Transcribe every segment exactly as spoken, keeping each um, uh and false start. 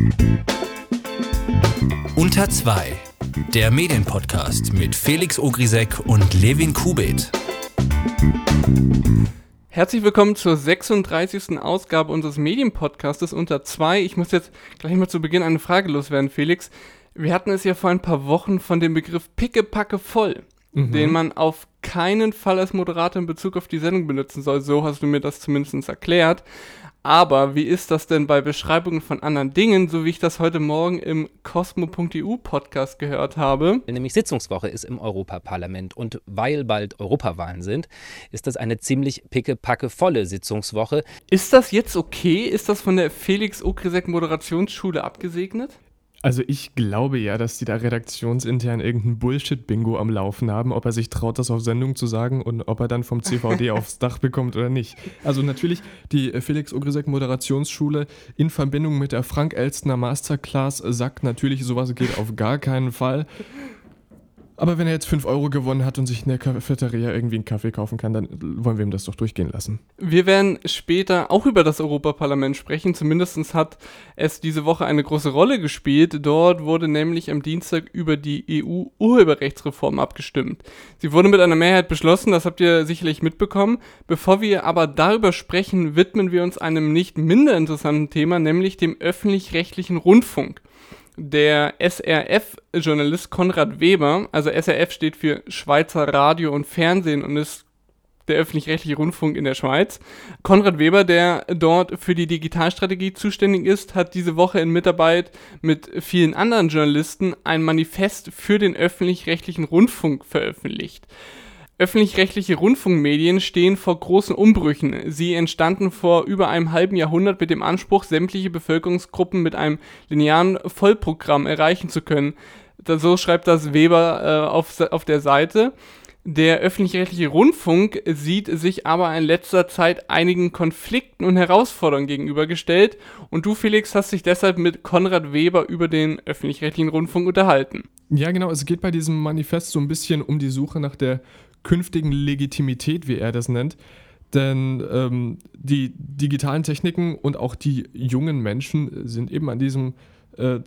Unter zwei, der Medienpodcast mit Felix Ogrisek und Levin Kubit. Herzlich willkommen zur sechsunddreißigsten Ausgabe unseres Medienpodcastes Unter zwei. Ich muss jetzt gleich mal zu Beginn eine Frage loswerden, Felix. Wir hatten es ja vor ein paar Wochen von dem Begriff Pickepacke voll, mhm. den man auf keinen Fall als Moderator in Bezug auf die Sendung benutzen soll. So hast du mir das zumindest erklärt. Aber wie ist das denn bei Beschreibungen von anderen Dingen, so wie ich das heute Morgen im Cosmo Punkt E U Podcast gehört habe? Nämlich Sitzungswoche ist im Europaparlament und weil bald Europawahlen sind, ist das eine ziemlich pickepacke volle Sitzungswoche. Ist das jetzt okay? Ist das von der Felix Ogrisek Moderationsschule abgesegnet? Also ich glaube ja, dass die da redaktionsintern irgendein Bullshit-Bingo am Laufen haben, ob er sich traut, das auf Sendung zu sagen und ob er dann vom C V D aufs Dach bekommt oder nicht. Also natürlich die Felix Ogrisek Moderationsschule in Verbindung mit der Frank Elstner Masterclass sagt natürlich, sowas geht auf gar keinen Fall. Aber wenn er jetzt fünf Euro gewonnen hat und sich in der Cafeteria irgendwie einen Kaffee kaufen kann, dann wollen wir ihm das doch durchgehen lassen. Wir werden später auch über das Europaparlament sprechen. Zumindest hat es diese Woche eine große Rolle gespielt. Dort wurde nämlich am Dienstag über die E U-Urheberrechtsreform abgestimmt. Sie wurde mit einer Mehrheit beschlossen, das habt ihr sicherlich mitbekommen. Bevor wir aber darüber sprechen, widmen wir uns einem nicht minder interessanten Thema, nämlich dem öffentlich-rechtlichen Rundfunk. Der S R F-Journalist Konrad Weber, also S R F steht für Schweizer Radio und Fernsehen und ist der öffentlich-rechtliche Rundfunk in der Schweiz. Konrad Weber, der dort für die Digitalstrategie zuständig ist, hat diese Woche in Mitarbeit mit vielen anderen Journalisten ein Manifest für den öffentlich-rechtlichen Rundfunk veröffentlicht. Öffentlich-rechtliche Rundfunkmedien stehen vor großen Umbrüchen. Sie entstanden vor über einem halben Jahrhundert mit dem Anspruch, sämtliche Bevölkerungsgruppen mit einem linearen Vollprogramm erreichen zu können. So schreibt das Weber äh, auf, auf der Seite. Der öffentlich-rechtliche Rundfunk sieht sich aber in letzter Zeit einigen Konflikten und Herausforderungen gegenübergestellt. Und du, Felix, hast dich deshalb mit Konrad Weber über den öffentlich-rechtlichen Rundfunk unterhalten. Ja, genau. Es geht bei diesem Manifest so ein bisschen um die Suche nach der künftigen Legitimität, wie er das nennt. Denn ähm, die digitalen Techniken und auch die jungen Menschen sind eben an diesem äh,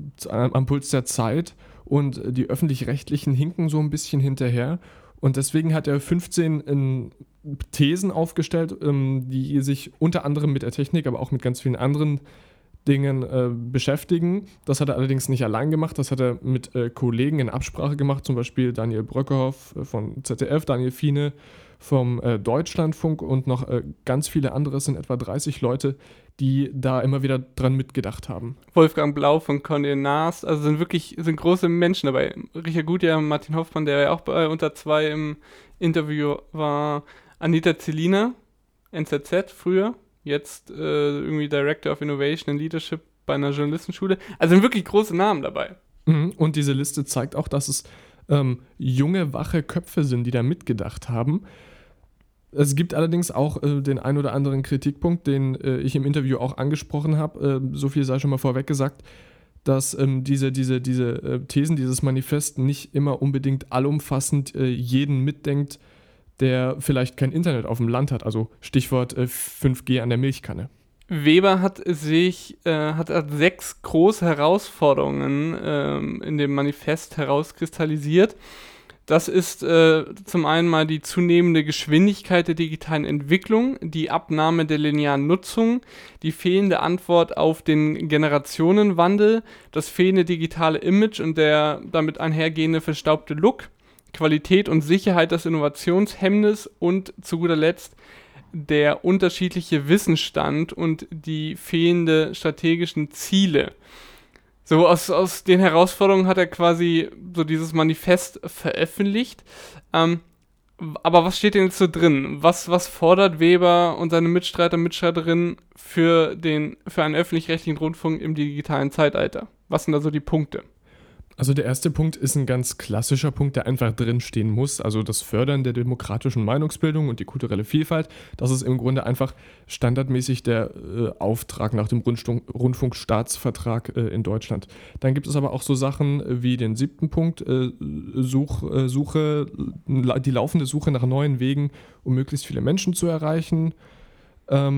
am Puls der Zeit und die öffentlich-rechtlichen hinken so ein bisschen hinterher. Und deswegen hat er fünfzehn ähm, Thesen aufgestellt, ähm, die sich unter anderem mit der Technik, aber auch mit ganz vielen anderen Dingen äh, beschäftigen. Das hat er allerdings nicht allein gemacht, das hat er mit äh, Kollegen in Absprache gemacht, zum Beispiel Daniel Bröckehoff äh, von Z D F, Daniel Fiene vom äh, Deutschlandfunk und noch äh, ganz viele andere, es sind etwa dreißig Leute, die da immer wieder dran mitgedacht haben. Wolfgang Blau von Condé Nast, also sind wirklich sind große Menschen dabei. Richard Gutjahr, Martin Hoffmann, der ja auch bei Unter zwei im Interview war, Anita Zelina, N Z Z früher, jetzt äh, irgendwie Director of Innovation and Leadership bei einer Journalistenschule. Also sind wirklich große Namen dabei. Mhm. Und diese Liste zeigt auch, dass es ähm, junge, wache Köpfe sind, die da mitgedacht haben. Es gibt allerdings auch äh, den ein oder anderen Kritikpunkt, den äh, ich im Interview auch angesprochen habe. Äh, so viel sei schon mal vorweg gesagt, dass ähm, diese, diese, diese äh, Thesen, dieses Manifest nicht immer unbedingt allumfassend äh, jeden mitdenkt, der vielleicht kein Internet auf dem Land hat, also Stichwort äh, fünf G an der Milchkanne. Weber hat sich äh, hat, hat sechs große Herausforderungen ähm, in dem Manifest herauskristallisiert. Das ist äh, zum einen mal die zunehmende Geschwindigkeit der digitalen Entwicklung, die Abnahme der linearen Nutzung, die fehlende Antwort auf den Generationenwandel, das fehlende digitale Image und der damit einhergehende verstaubte Look, Qualität und Sicherheit des Innovationshemmnis und zu guter Letzt der unterschiedliche Wissensstand und die fehlende strategischen Ziele. So aus, aus den Herausforderungen hat er quasi so dieses Manifest veröffentlicht. Ähm, aber was steht denn jetzt so drin? Was, was fordert Weber und seine Mitstreiter, Mitstreiterinnen für, den, für einen öffentlich-rechtlichen Rundfunk im digitalen Zeitalter? Was sind da so die Punkte? Also der erste Punkt ist ein ganz klassischer Punkt, der einfach drinstehen muss. Also das Fördern der demokratischen Meinungsbildung und die kulturelle Vielfalt. Das ist im Grunde einfach standardmäßig der äh, Auftrag nach dem Rundfunk, Rundfunkstaatsvertrag äh, in Deutschland. Dann gibt es aber auch so Sachen wie den siebten Punkt, äh, Such, äh, Suche, die laufende Suche nach neuen Wegen, um möglichst viele Menschen zu erreichen. Ähm,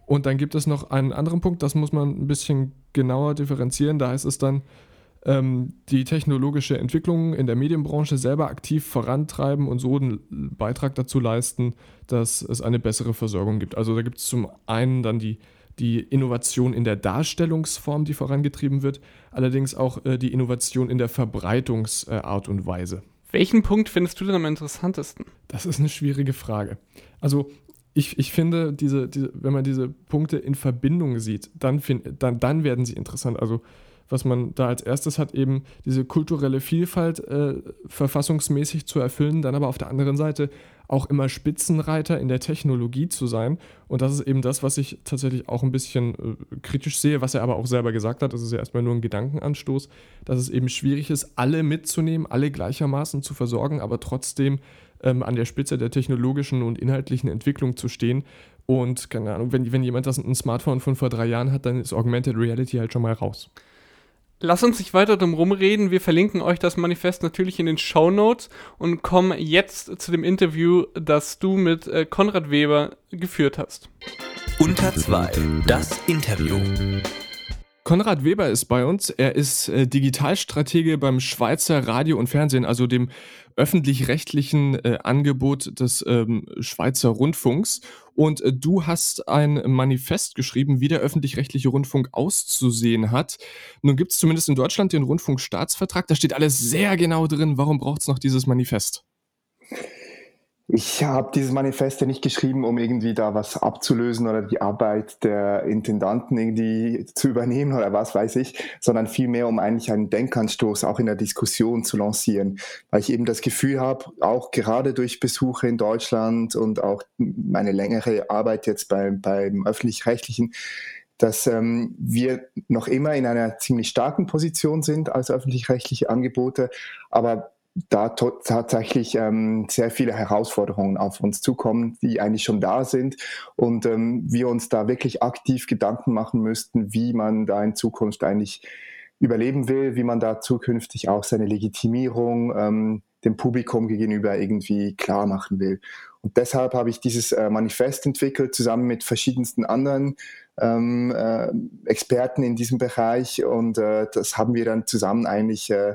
Und dann gibt es noch einen anderen Punkt, das muss man ein bisschen genauer differenzieren. Da heißt es dann, ähm, die technologische Entwicklung in der Medienbranche selber aktiv vorantreiben und so einen Beitrag dazu leisten, dass es eine bessere Versorgung gibt. Also da gibt es zum einen dann die, die Innovation in der Darstellungsform, die vorangetrieben wird, allerdings auch äh, die Innovation in der Verbreitungsart äh, und Weise. Welchen Punkt findest du denn am interessantesten? Das ist eine schwierige Frage. Also ich, ich finde, diese, diese, wenn man diese Punkte in Verbindung sieht, dann, find, dann, dann werden sie interessant. Also was man da als erstes hat, eben diese kulturelle Vielfalt äh, verfassungsmäßig zu erfüllen, dann aber auf der anderen Seite auch immer Spitzenreiter in der Technologie zu sein. Und das ist eben das, was ich tatsächlich auch ein bisschen äh, kritisch sehe, was er aber auch selber gesagt hat. Das ist ja erstmal nur ein Gedankenanstoß, dass es eben schwierig ist, alle mitzunehmen, alle gleichermaßen zu versorgen, aber trotzdem ähm, an der Spitze der technologischen und inhaltlichen Entwicklung zu stehen. Und keine Ahnung, wenn, wenn jemand das ein Smartphone von vor drei Jahren hat, dann ist Augmented Reality halt schon mal raus. Lass uns nicht weiter drum rumreden. Wir verlinken euch das Manifest natürlich in den Shownotes und kommen jetzt zu dem Interview, das du mit äh, Konrad Weber geführt hast. Unter zwei, das Interview. Konrad Weber ist bei uns. Er ist äh, Digitalstratege beim Schweizer Radio und Fernsehen, also dem öffentlich-rechtlichen äh, Angebot des ähm, Schweizer Rundfunks. Und äh, du hast ein Manifest geschrieben, wie der öffentlich-rechtliche Rundfunk auszusehen hat. Nun gibt es zumindest in Deutschland den Rundfunkstaatsvertrag. Da steht alles sehr genau drin. Warum braucht es noch dieses Manifest? Ich habe dieses Manifest ja nicht geschrieben, um irgendwie da was abzulösen oder die Arbeit der Intendanten irgendwie zu übernehmen oder was weiß ich, sondern vielmehr, um eigentlich einen Denkanstoß auch in der Diskussion zu lancieren, weil ich eben das Gefühl habe, auch gerade durch Besuche in Deutschland und auch meine längere Arbeit jetzt beim, beim Öffentlich-Rechtlichen, dass ähm, wir noch immer in einer ziemlich starken Position sind als öffentlich-rechtliche Angebote, aber da to- tatsächlich ähm, sehr viele Herausforderungen auf uns zukommen, die eigentlich schon da sind und ähm, wir uns da wirklich aktiv Gedanken machen müssten, wie man da in Zukunft eigentlich überleben will, wie man da zukünftig auch seine Legitimierung ähm, dem Publikum gegenüber irgendwie klar machen will. Und deshalb habe ich dieses äh, Manifest entwickelt, zusammen mit verschiedensten anderen ähm, äh, Experten in diesem Bereich und äh, das haben wir dann zusammen eigentlich äh,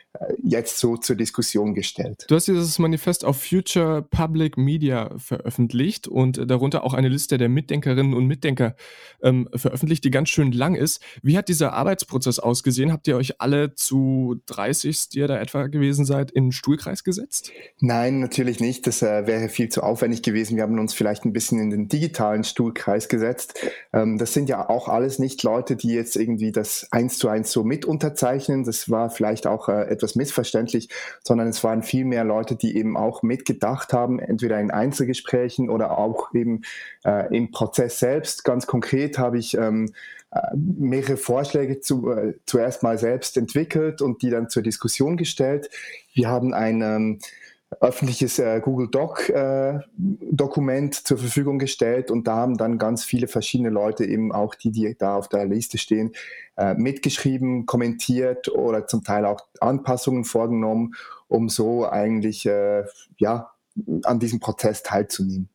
jetzt so zur Diskussion gestellt. Du hast dieses Manifest auf Future Public Media veröffentlicht und darunter auch eine Liste der Mitdenkerinnen und Mitdenker ähm, veröffentlicht, die ganz schön lang ist. Wie hat dieser Arbeitsprozess ausgesehen? Habt ihr euch alle zu dreißig, die ihr da etwa gewesen seid, in den Stuhlkreis gesetzt? Nein, natürlich nicht. Das äh, wäre viel zu aufwendig gewesen. Wir haben uns vielleicht ein bisschen in den digitalen Stuhlkreis gesetzt. Ähm, das sind ja auch alles nicht Leute, die jetzt irgendwie das eins zu eins so mit unterzeichnen. Das war vielleicht auch äh, etwas missverständlich, sondern es waren viel mehr Leute, die eben auch mitgedacht haben, entweder in Einzelgesprächen oder auch eben äh, im Prozess selbst. Ganz konkret habe ich ähm, mehrere Vorschläge zu, äh, zuerst mal selbst entwickelt und die dann zur Diskussion gestellt. Wir haben ein ähm, öffentliches äh, Google Doc äh, Dokument zur Verfügung gestellt und da haben dann ganz viele verschiedene Leute, eben auch die, die da auf der Liste stehen, äh, mitgeschrieben, kommentiert oder zum Teil auch Anpassungen vorgenommen, um so eigentlich äh, ja, an diesem Prozess teilzunehmen.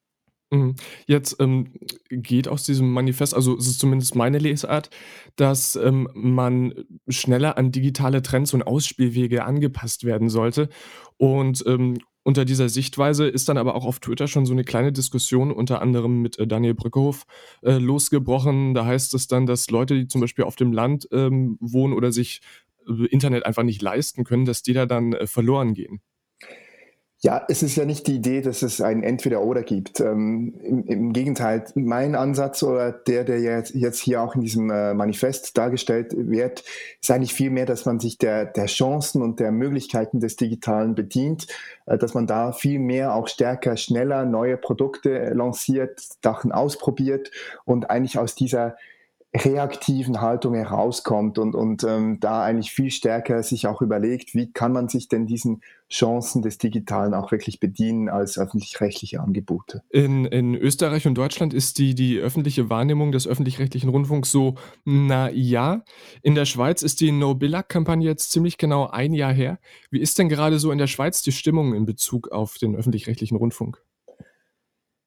Jetzt ähm, geht aus diesem Manifest, also es ist zumindest meine Lesart, dass ähm, man schneller an digitale Trends und Ausspielwege angepasst werden sollte. Und ähm, unter dieser Sichtweise ist dann aber auch auf Twitter schon so eine kleine Diskussion unter anderem mit äh, Daniel Brückehoff äh, losgebrochen. Da heißt es dann, dass Leute, die zum Beispiel auf dem Land ähm, wohnen oder sich äh, Internet einfach nicht leisten können, dass die da dann äh, verloren gehen. Ja, es ist ja nicht die Idee, dass es ein Entweder-Oder gibt. Ähm, im, Im Gegenteil, mein Ansatz oder der, der jetzt, jetzt hier auch in diesem äh, Manifest dargestellt wird, ist eigentlich viel mehr, dass man sich der, der Chancen und der Möglichkeiten des Digitalen bedient, äh, dass man da viel mehr auch stärker, schneller neue Produkte äh, lanciert, Sachen ausprobiert und eigentlich aus dieser reaktiven Haltung herauskommt und, und ähm, da eigentlich viel stärker sich auch überlegt, wie kann man sich denn diesen Chancen des Digitalen auch wirklich bedienen als öffentlich-rechtliche Angebote. In, in Österreich und Deutschland ist die, die öffentliche Wahrnehmung des öffentlich-rechtlichen Rundfunks so, na ja. In der Schweiz ist die No-Billag-Kampagne jetzt ziemlich genau ein Jahr her. Wie ist denn gerade so in der Schweiz die Stimmung in Bezug auf den öffentlich-rechtlichen Rundfunk?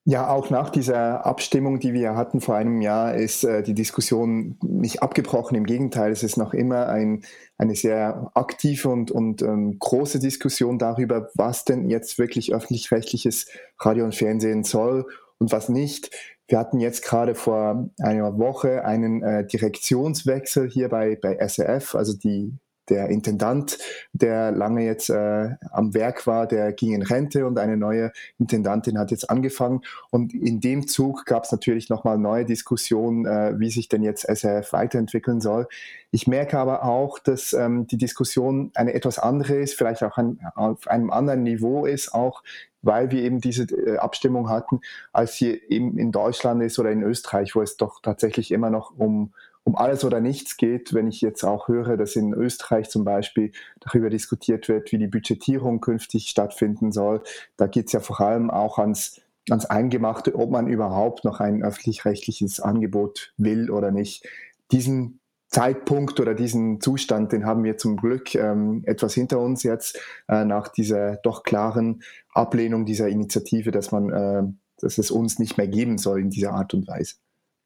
Ja, auch nach dieser Abstimmung, die wir hatten vor einem Jahr, ist äh, die Diskussion nicht abgebrochen. Im Gegenteil, es ist noch immer ein, eine sehr aktive und, und ähm, große Diskussion darüber, was denn jetzt wirklich öffentlich-rechtliches Radio und Fernsehen soll und was nicht. Wir hatten jetzt gerade vor einer Woche einen äh, Direktionswechsel hier bei, bei S R F, also die der Intendant, der lange jetzt äh, am Werk war, der ging in Rente und eine neue Intendantin hat jetzt angefangen. Und in dem Zug gab es natürlich nochmal neue Diskussionen, äh, wie sich denn jetzt S R F weiterentwickeln soll. Ich merke aber auch, dass ähm, die Diskussion eine etwas andere ist, vielleicht auch an, auf einem anderen Niveau ist, auch weil wir eben diese äh, Abstimmung hatten, als hier eben in Deutschland ist oder in Österreich, wo es doch tatsächlich immer noch um um alles oder nichts geht, wenn ich jetzt auch höre, dass in Österreich zum Beispiel darüber diskutiert wird, wie die Budgetierung künftig stattfinden soll. Da geht es ja vor allem auch ans, ans Eingemachte, ob man überhaupt noch ein öffentlich-rechtliches Angebot will oder nicht. Diesen Zeitpunkt oder diesen Zustand, den haben wir zum Glück ähm, etwas hinter uns jetzt, äh, nach dieser doch klaren Ablehnung dieser Initiative, dass man, äh, dass es uns nicht mehr geben soll in dieser Art und Weise.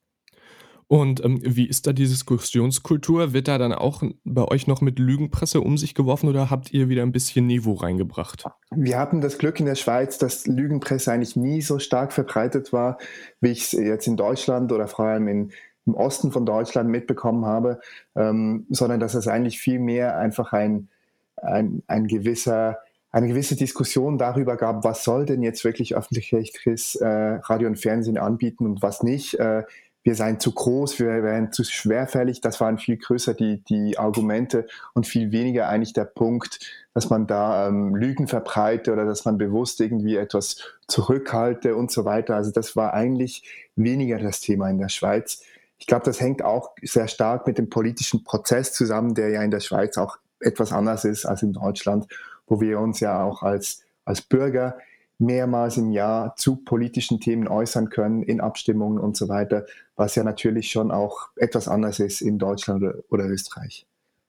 Und ähm, wie ist da die Diskussionskultur? Wird da dann auch bei euch noch mit Lügenpresse um sich geworfen oder habt ihr wieder ein bisschen Niveau reingebracht? Wir hatten das Glück in der Schweiz, dass Lügenpresse eigentlich nie so stark verbreitet war, wie ich es jetzt in Deutschland oder vor allem in, im Osten von Deutschland mitbekommen habe, ähm, sondern dass es eigentlich viel mehr einfach ein, ein, ein gewisser, eine gewisse Diskussion darüber gab, was soll denn jetzt wirklich öffentlich-rechtliches äh, Radio und Fernsehen anbieten und was nicht. Äh, wir seien zu groß, wir wären zu schwerfällig. Das waren viel größer die, die Argumente und viel weniger eigentlich der Punkt, dass man da ähm, Lügen verbreite oder dass man bewusst irgendwie etwas zurückhalte und so weiter. Also das war eigentlich weniger das Thema in der Schweiz. Ich glaube, das hängt auch sehr stark mit dem politischen Prozess zusammen, der ja in der Schweiz auch etwas anders ist als in Deutschland, wo wir uns ja auch als, als Bürger mehrmals im Jahr zu politischen Themen äußern können, in Abstimmungen und so weiter, was ja natürlich schon auch etwas anders ist in Deutschland oder, oder Österreich.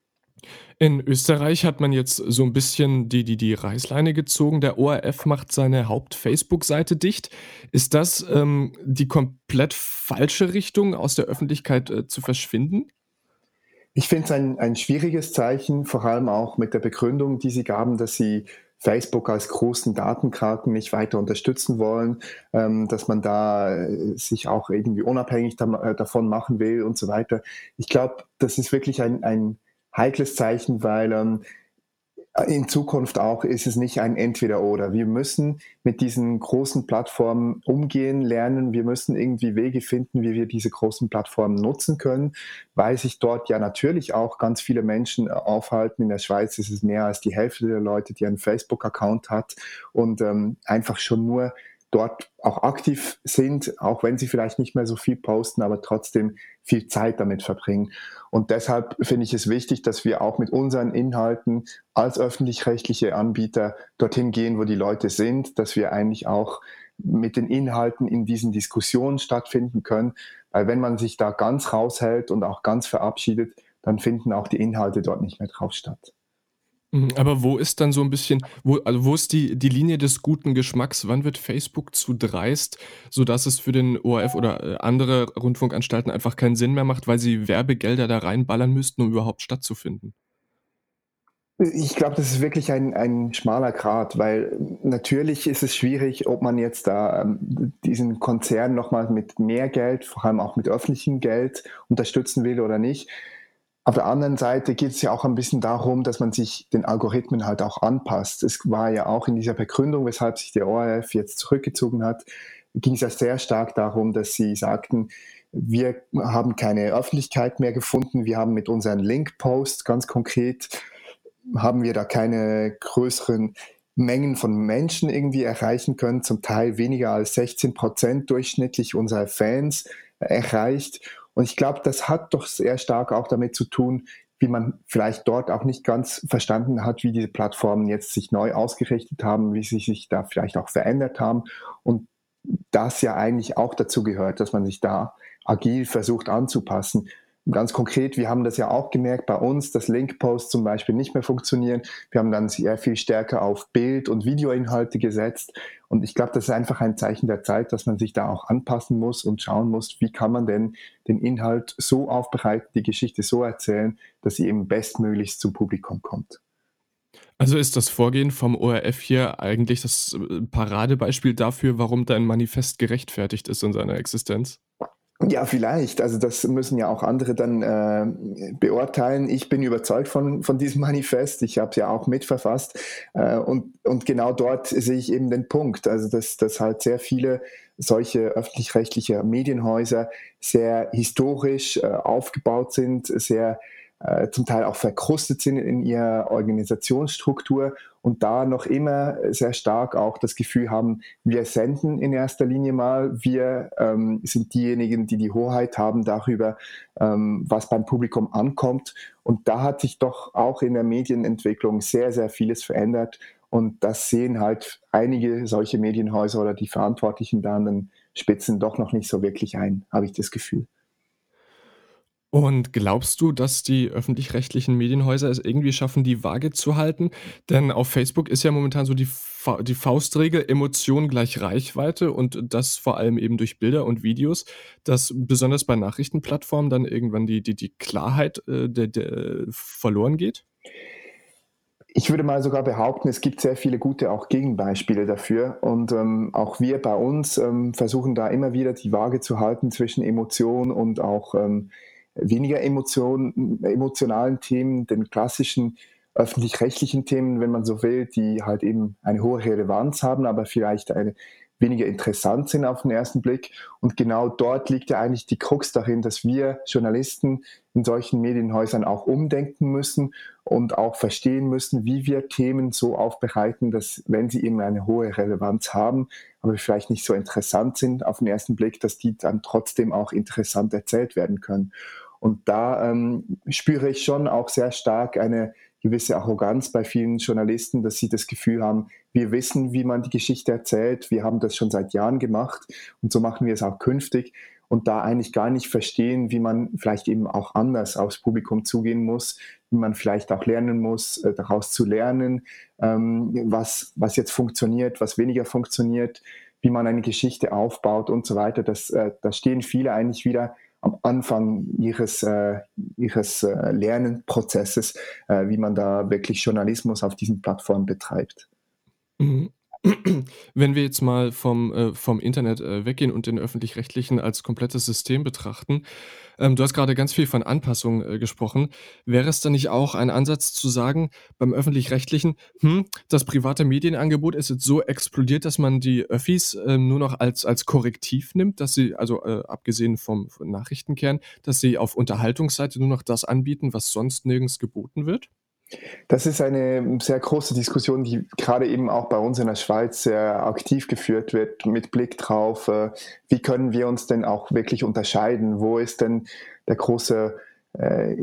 In Österreich hat man jetzt so ein bisschen die die die Reißleine gezogen. Der O R F macht seine Haupt-Facebook-Seite dicht. Ist das, ähm, die komplett falsche Richtung, aus der Öffentlichkeit, äh, zu verschwinden? Ich finde es ein, ein schwieriges Zeichen, vor allem auch mit der Begründung, die sie gaben, dass sie Facebook als großen Datenkraken nicht weiter unterstützen wollen, ähm, dass man da äh, sich auch irgendwie unabhängig da, äh, davon machen will und so weiter. Ich glaube, das ist wirklich ein, ein heikles Zeichen, weil ähm, in Zukunft auch ist es nicht ein Entweder-Oder. Wir müssen mit diesen großen Plattformen umgehen lernen. Wir müssen irgendwie Wege finden, wie wir diese großen Plattformen nutzen können, weil sich dort ja natürlich auch ganz viele Menschen aufhalten. In der Schweiz ist es mehr als die Hälfte der Leute, die einen Facebook-Account hat und ähm, einfach schon nur dort auch aktiv sind, auch wenn sie vielleicht nicht mehr so viel posten, aber trotzdem viel Zeit damit verbringen. Und deshalb finde ich es wichtig, dass wir auch mit unseren Inhalten als öffentlich-rechtliche Anbieter dorthin gehen, wo die Leute sind, dass wir eigentlich auch mit den Inhalten in diesen Diskussionen stattfinden können. Weil wenn man sich da ganz raushält und auch ganz verabschiedet, dann finden auch die Inhalte dort nicht mehr drauf statt. Mhm, aber wo ist dann so ein bisschen wo also, wo ist die die Linie des guten Geschmacks? Wann wird Facebook zu dreist, sodass es für den O R F oder, äh, andere Rundfunkanstalten einfach keinen Sinn mehr macht, weil sie Werbegelder da reinballern müssten, um überhaupt stattzufinden? Ich glaube, das ist wirklich ein, ein schmaler Grat, weil natürlich ist es schwierig, ob man jetzt da ähm, diesen Konzern nochmal mit mehr Geld, vor allem auch mit öffentlichem Geld unterstützen will oder nicht. Auf der anderen Seite geht es ja auch ein bisschen darum, dass man sich den Algorithmen halt auch anpasst. Es war ja auch in dieser Begründung, weshalb sich der O R F jetzt zurückgezogen hat, ging es ja sehr stark darum, dass sie sagten, wir haben keine Öffentlichkeit mehr gefunden, wir haben mit unseren Link-Posts ganz konkret, haben wir da keine größeren Mengen von Menschen irgendwie erreichen können, zum Teil weniger als sechzehn Prozent durchschnittlich unserer Fans erreicht. Und ich glaube, das hat doch sehr stark auch damit zu tun, wie man vielleicht dort auch nicht ganz verstanden hat, wie diese Plattformen jetzt sich neu ausgerichtet haben, wie sie sich da vielleicht auch verändert haben. Und das ja eigentlich auch dazu gehört, dass man sich da agil versucht anzupassen. ganz konkret, wir haben das ja auch gemerkt bei uns, dass Linkposts zum Beispiel nicht mehr funktionieren. Wir haben dann sehr viel stärker auf Bild- und Videoinhalte gesetzt. Und ich glaube, das ist einfach ein Zeichen der Zeit, dass man sich da auch anpassen muss und schauen muss, wie kann man denn den Inhalt so aufbereiten, die Geschichte so erzählen, dass sie eben bestmöglichst zum Publikum kommt. Also ist das Vorgehen vom O R F hier eigentlich das äh, Paradebeispiel dafür, warum dein Manifest gerechtfertigt ist in seiner Existenz? Ja, vielleicht. Also das müssen ja auch andere dann äh, beurteilen. Ich bin überzeugt von, von diesem Manifest. Ich habe es ja auch mitverfasst. Äh, und, und genau dort sehe ich eben den Punkt. Also dass, dass halt sehr viele solche öffentlich-rechtliche Medienhäuser sehr historisch äh, aufgebaut sind, sehr äh, zum Teil auch verkrustet sind in ihrer Organisationsstruktur und da noch immer sehr stark auch das Gefühl haben, wir senden in erster Linie mal, wir ähm, sind diejenigen, die die Hoheit haben darüber, ähm, was beim Publikum ankommt. Und da hat sich doch auch in der Medienentwicklung sehr, sehr vieles verändert. Und das sehen halt einige solche Medienhäuser oder die Verantwortlichen da an den Spitzen doch noch nicht so wirklich ein, habe ich das Gefühl. Und glaubst du, dass die öffentlich-rechtlichen Medienhäuser es irgendwie schaffen, die Waage zu halten? Denn auf Facebook ist ja momentan so die, Fa die Faustregel, Emotion gleich Reichweite und das vor allem eben durch Bilder und Videos, dass besonders bei Nachrichtenplattformen dann irgendwann die, die, die Klarheit äh, der, der verloren geht? Ich würde mal sogar behaupten, es gibt sehr viele gute auch Gegenbeispiele dafür. Und ähm, auch wir bei uns ähm, versuchen da immer wieder die Waage zu halten zwischen Emotion und auch ähm, weniger Emotion, emotionalen Themen, den klassischen öffentlich-rechtlichen Themen, wenn man so will, die halt eben eine hohe Relevanz haben, aber vielleicht eine weniger interessant sind auf den ersten Blick. Und genau dort liegt ja eigentlich die Krux darin, dass wir Journalisten in solchen Medienhäusern auch umdenken müssen und auch verstehen müssen, wie wir Themen so aufbereiten, dass, wenn sie eben eine hohe Relevanz haben, aber vielleicht nicht so interessant sind auf den ersten Blick, dass die dann trotzdem auch interessant erzählt werden können. Und da ähm, spüre ich schon auch sehr stark eine gewisse Arroganz bei vielen Journalisten, dass sie das Gefühl haben, wir wissen, wie man die Geschichte erzählt, wir haben das schon seit Jahren gemacht und so machen wir es auch künftig und da eigentlich gar nicht verstehen, wie man vielleicht eben auch anders aufs Publikum zugehen muss, wie man vielleicht auch lernen muss, äh, daraus zu lernen, ähm, was, was jetzt funktioniert, was weniger funktioniert, wie man eine Geschichte aufbaut und so weiter. Das, äh, da stehen viele eigentlich wieder am Anfang ihres, äh, ihres äh, Lernprozesses, äh, wie man da wirklich Journalismus auf diesen Plattformen betreibt. Mhm. Wenn wir jetzt mal vom, äh, vom Internet äh, weggehen und den öffentlich-rechtlichen als komplettes System betrachten, ähm, du hast gerade ganz viel von Anpassung äh, gesprochen. Wäre es dann nicht auch ein Ansatz zu sagen, beim öffentlich-rechtlichen, hm, das private Medienangebot ist jetzt so explodiert, dass man die Öffis äh, nur noch als, als Korrektiv nimmt, dass sie, also äh, abgesehen vom, vom Nachrichtenkern, dass sie auf Unterhaltungsseite nur noch das anbieten, was sonst nirgends geboten wird? Das ist eine sehr große Diskussion, die gerade eben auch bei uns in der Schweiz sehr aktiv geführt wird, mit Blick drauf, äh, wie können wir uns denn auch wirklich unterscheiden? Wo ist denn der große äh,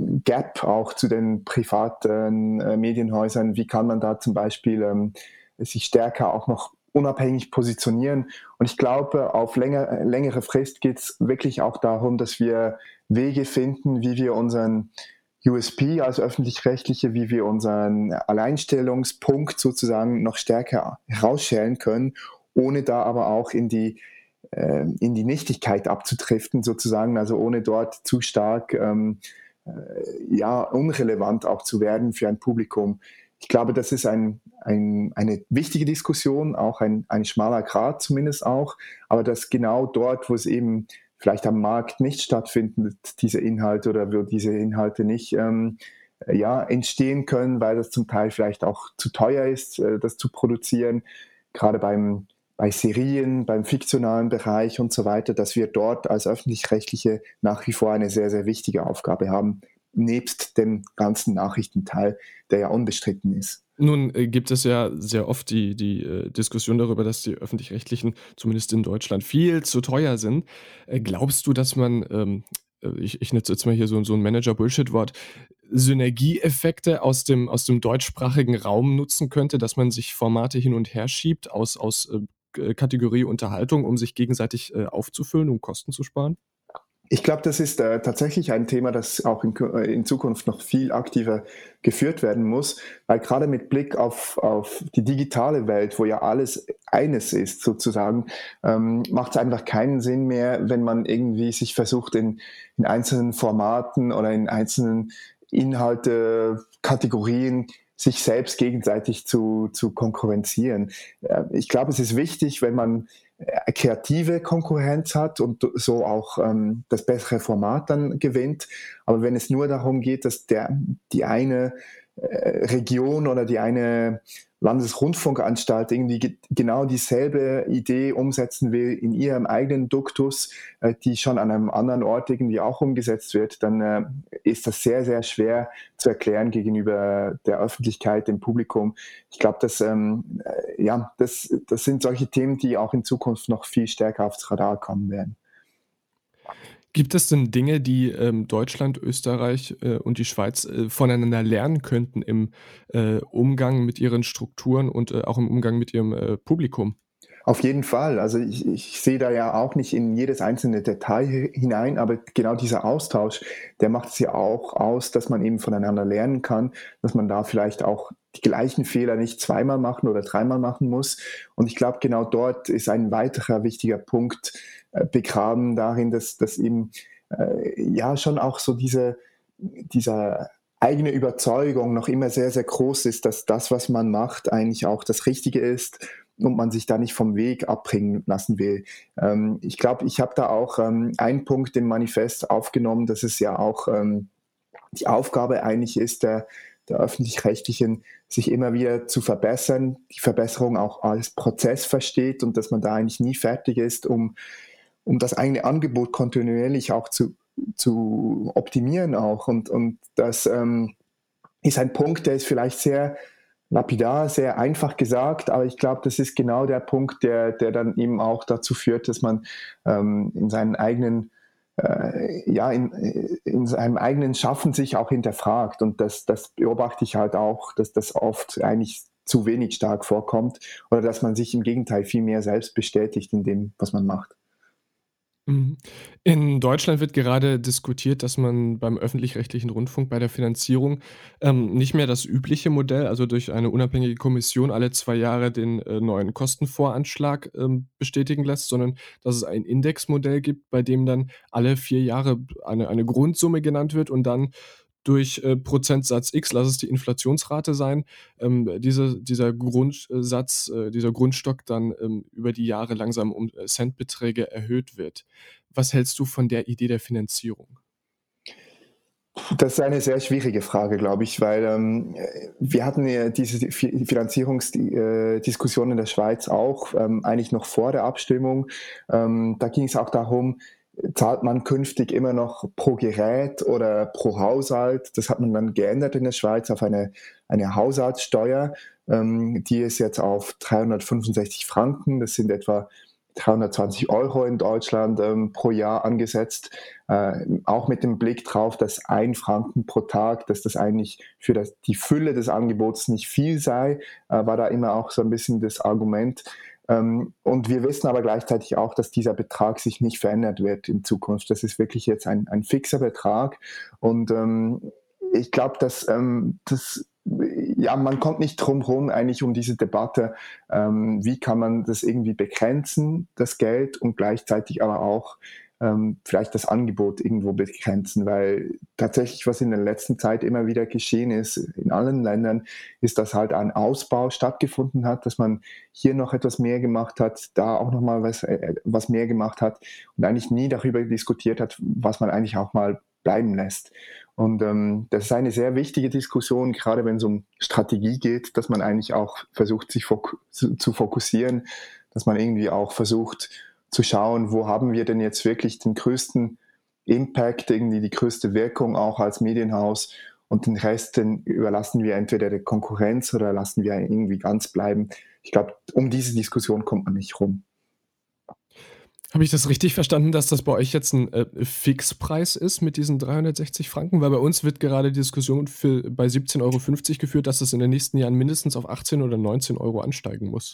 Gap auch zu den privaten äh, Medienhäusern? Wie kann man da zum Beispiel ähm, sich stärker auch noch unabhängig positionieren? Und ich glaube, auf länger, längere Frist geht es wirklich auch darum, dass wir Wege finden, wie wir unseren U S P als öffentlich-rechtliche, wie wir unseren Alleinstellungspunkt sozusagen noch stärker herausstellen können, ohne da aber auch in die, äh, in die Nichtigkeit abzudriften sozusagen, also ohne dort zu stark ähm, äh, ja, unrelevant auch zu werden für ein Publikum. Ich glaube, das ist ein, ein, eine wichtige Diskussion, auch ein, ein schmaler Grat zumindest auch, aber dass genau dort, wo es eben vielleicht am Markt nicht stattfinden, diese Inhalte oder wo diese Inhalte nicht ähm, ja, entstehen können, weil das zum Teil vielleicht auch zu teuer ist, äh, das zu produzieren, gerade beim, bei Serien, beim fiktionalen Bereich und so weiter, dass wir dort als Öffentlich-Rechtliche nach wie vor eine sehr, sehr wichtige Aufgabe haben, nebst dem ganzen Nachrichtenteil, der ja unbestritten ist. Nun äh, gibt es ja sehr oft die, die äh, Diskussion darüber, dass die öffentlich-rechtlichen, zumindest in Deutschland, viel zu teuer sind. Äh, glaubst du, dass man, ähm, äh, ich, ich nutze jetzt mal hier so, so ein Manager-Bullshit-Wort, Synergieeffekte aus dem, aus dem deutschsprachigen Raum nutzen könnte, dass man sich Formate hin und her schiebt aus, aus äh, K- Kategorie Unterhaltung, um sich gegenseitig äh, aufzufüllen, um Kosten zu sparen? Ich glaube, das ist äh, tatsächlich ein Thema, das auch in, Ku- äh, in Zukunft noch viel aktiver geführt werden muss, weil gerade mit Blick auf, auf die digitale Welt, wo ja alles eines ist sozusagen, ähm, macht es einfach keinen Sinn mehr, wenn man irgendwie sich versucht, in, in einzelnen Formaten oder in einzelnen Inhalte, Kategorien sich selbst gegenseitig zu, zu konkurrenzieren. Äh, Ich glaube, es ist wichtig, wenn man äh, kreative Konkurrenz hat und so auch ähm, das bessere Format dann gewinnt. Aber wenn es nur darum geht, dass der, die eine äh, Region oder die eine Landesrundfunkanstalt irgendwie ge genau dieselbe Idee umsetzen will in ihrem eigenen Duktus, äh, die schon an einem anderen Ort irgendwie auch umgesetzt wird, dann äh, ist das sehr, sehr schwer zu erklären gegenüber der Öffentlichkeit, dem Publikum. Ich glaube, dass ähm, äh, ja, das, das sind solche Themen, die auch in Zukunft noch viel stärker aufs Radar kommen werden. Gibt es denn Dinge, die, ähm, Deutschland, Österreich, äh, und die Schweiz, äh, voneinander lernen könnten im, äh, Umgang mit ihren Strukturen und, äh, auch im Umgang mit ihrem, äh, Publikum? Auf jeden Fall. Also ich, ich sehe da ja auch nicht in jedes einzelne Detail hi- hinein, aber genau dieser Austausch, der macht es ja auch aus, dass man eben voneinander lernen kann, dass man da vielleicht auch die gleichen Fehler nicht zweimal machen oder dreimal machen muss. Und ich glaube, genau dort ist ein weiterer wichtiger Punkt äh, begraben darin, dass, dass eben äh, ja schon auch so diese, dieser eigene Überzeugung noch immer sehr, sehr groß ist, dass das, was man macht, eigentlich auch das Richtige ist und man sich da nicht vom Weg abbringen lassen will. Ähm, ich glaube, ich habe da auch ähm, einen Punkt im Manifest aufgenommen, dass es ja auch ähm, die Aufgabe eigentlich ist, der, der öffentlich-rechtlichen, sich immer wieder zu verbessern, die Verbesserung auch als Prozess versteht und dass man da eigentlich nie fertig ist, um, um das eigene Angebot kontinuierlich auch zu, zu optimieren auch. Und, und das ähm, ist ein Punkt, der ist vielleicht sehr lapidar, sehr einfach gesagt, aber ich glaube, das ist genau der Punkt, der, der dann eben auch dazu führt, dass man ähm, in seinen eigenen, äh, ja, in, in seinem eigenen Schaffen sich auch hinterfragt. Und das, das beobachte ich halt auch, dass das oft eigentlich zu wenig stark vorkommt oder dass man sich im Gegenteil viel mehr selbst bestätigt in dem, was man macht. Mhm. In Deutschland wird gerade diskutiert, dass man beim öffentlich-rechtlichen Rundfunk bei der Finanzierung, ähm, nicht mehr das übliche Modell, also durch eine unabhängige Kommission alle zwei Jahre den, äh, neuen Kostenvoranschlag, ähm, bestätigen lässt, sondern dass es ein Indexmodell gibt, bei dem dann alle vier Jahre eine eine Grundsumme genannt wird und dann durch, äh, Prozentsatz X, lass es die Inflationsrate sein, ähm, diese dieser Grundsatz, äh, dieser Grundstock dann, ähm, über die Jahre langsam um, äh, Centbeträge erhöht wird. Was hältst du von der Idee der Finanzierung? Das ist eine sehr schwierige Frage, glaube ich, weil ähm, wir hatten ja diese Fi- Finanzierungsdiskussion in der Schweiz auch, ähm, eigentlich noch vor der Abstimmung. Ähm, da ging es auch darum, zahlt man künftig immer noch pro Gerät oder pro Haushalt? Das hat man dann geändert in der Schweiz auf eine, eine Haushaltssteuer. Ähm, die ist jetzt auf dreihundertfünfundsechzig Franken, das sind etwa dreihundertzwanzig Euro in Deutschland ähm, pro Jahr angesetzt, äh, auch mit dem Blick drauf, dass ein Franken pro Tag, dass das eigentlich für das, die Fülle des Angebots nicht viel sei, äh, war da immer auch so ein bisschen das Argument. Ähm, und wir wissen aber gleichzeitig auch, dass dieser Betrag sich nicht verändert wird in Zukunft. Das ist wirklich jetzt ein, ein fixer Betrag. Und ähm, ich glaube, dass ähm, das ja, man kommt nicht drum herum eigentlich um diese Debatte, ähm, wie kann man das irgendwie begrenzen, das Geld, und gleichzeitig aber auch ähm, vielleicht das Angebot irgendwo begrenzen, weil tatsächlich, was in der letzten Zeit immer wieder geschehen ist, in allen Ländern, ist, dass halt ein Ausbau stattgefunden hat, dass man hier noch etwas mehr gemacht hat, da auch nochmal was, äh, was mehr gemacht hat und eigentlich nie darüber diskutiert hat, was man eigentlich auch mal bleiben lässt. Und ähm, das ist eine sehr wichtige Diskussion, gerade wenn es um Strategie geht, dass man eigentlich auch versucht, sich fok zu, zu fokussieren, dass man irgendwie auch versucht zu schauen, wo haben wir denn jetzt wirklich den größten Impact, irgendwie die größte Wirkung auch als Medienhaus, und den Rest, den überlassen wir entweder der Konkurrenz oder lassen wir irgendwie ganz bleiben. Ich glaube, um diese Diskussion kommt man nicht rum. Habe ich das richtig verstanden, dass das bei euch jetzt ein äh, Fixpreis ist mit diesen dreihundertsechzig Franken? Weil bei uns wird gerade die Diskussion für bei siebzehn Euro fünfzig geführt, dass es in den nächsten Jahren mindestens auf achtzehn oder neunzehn Euro ansteigen muss.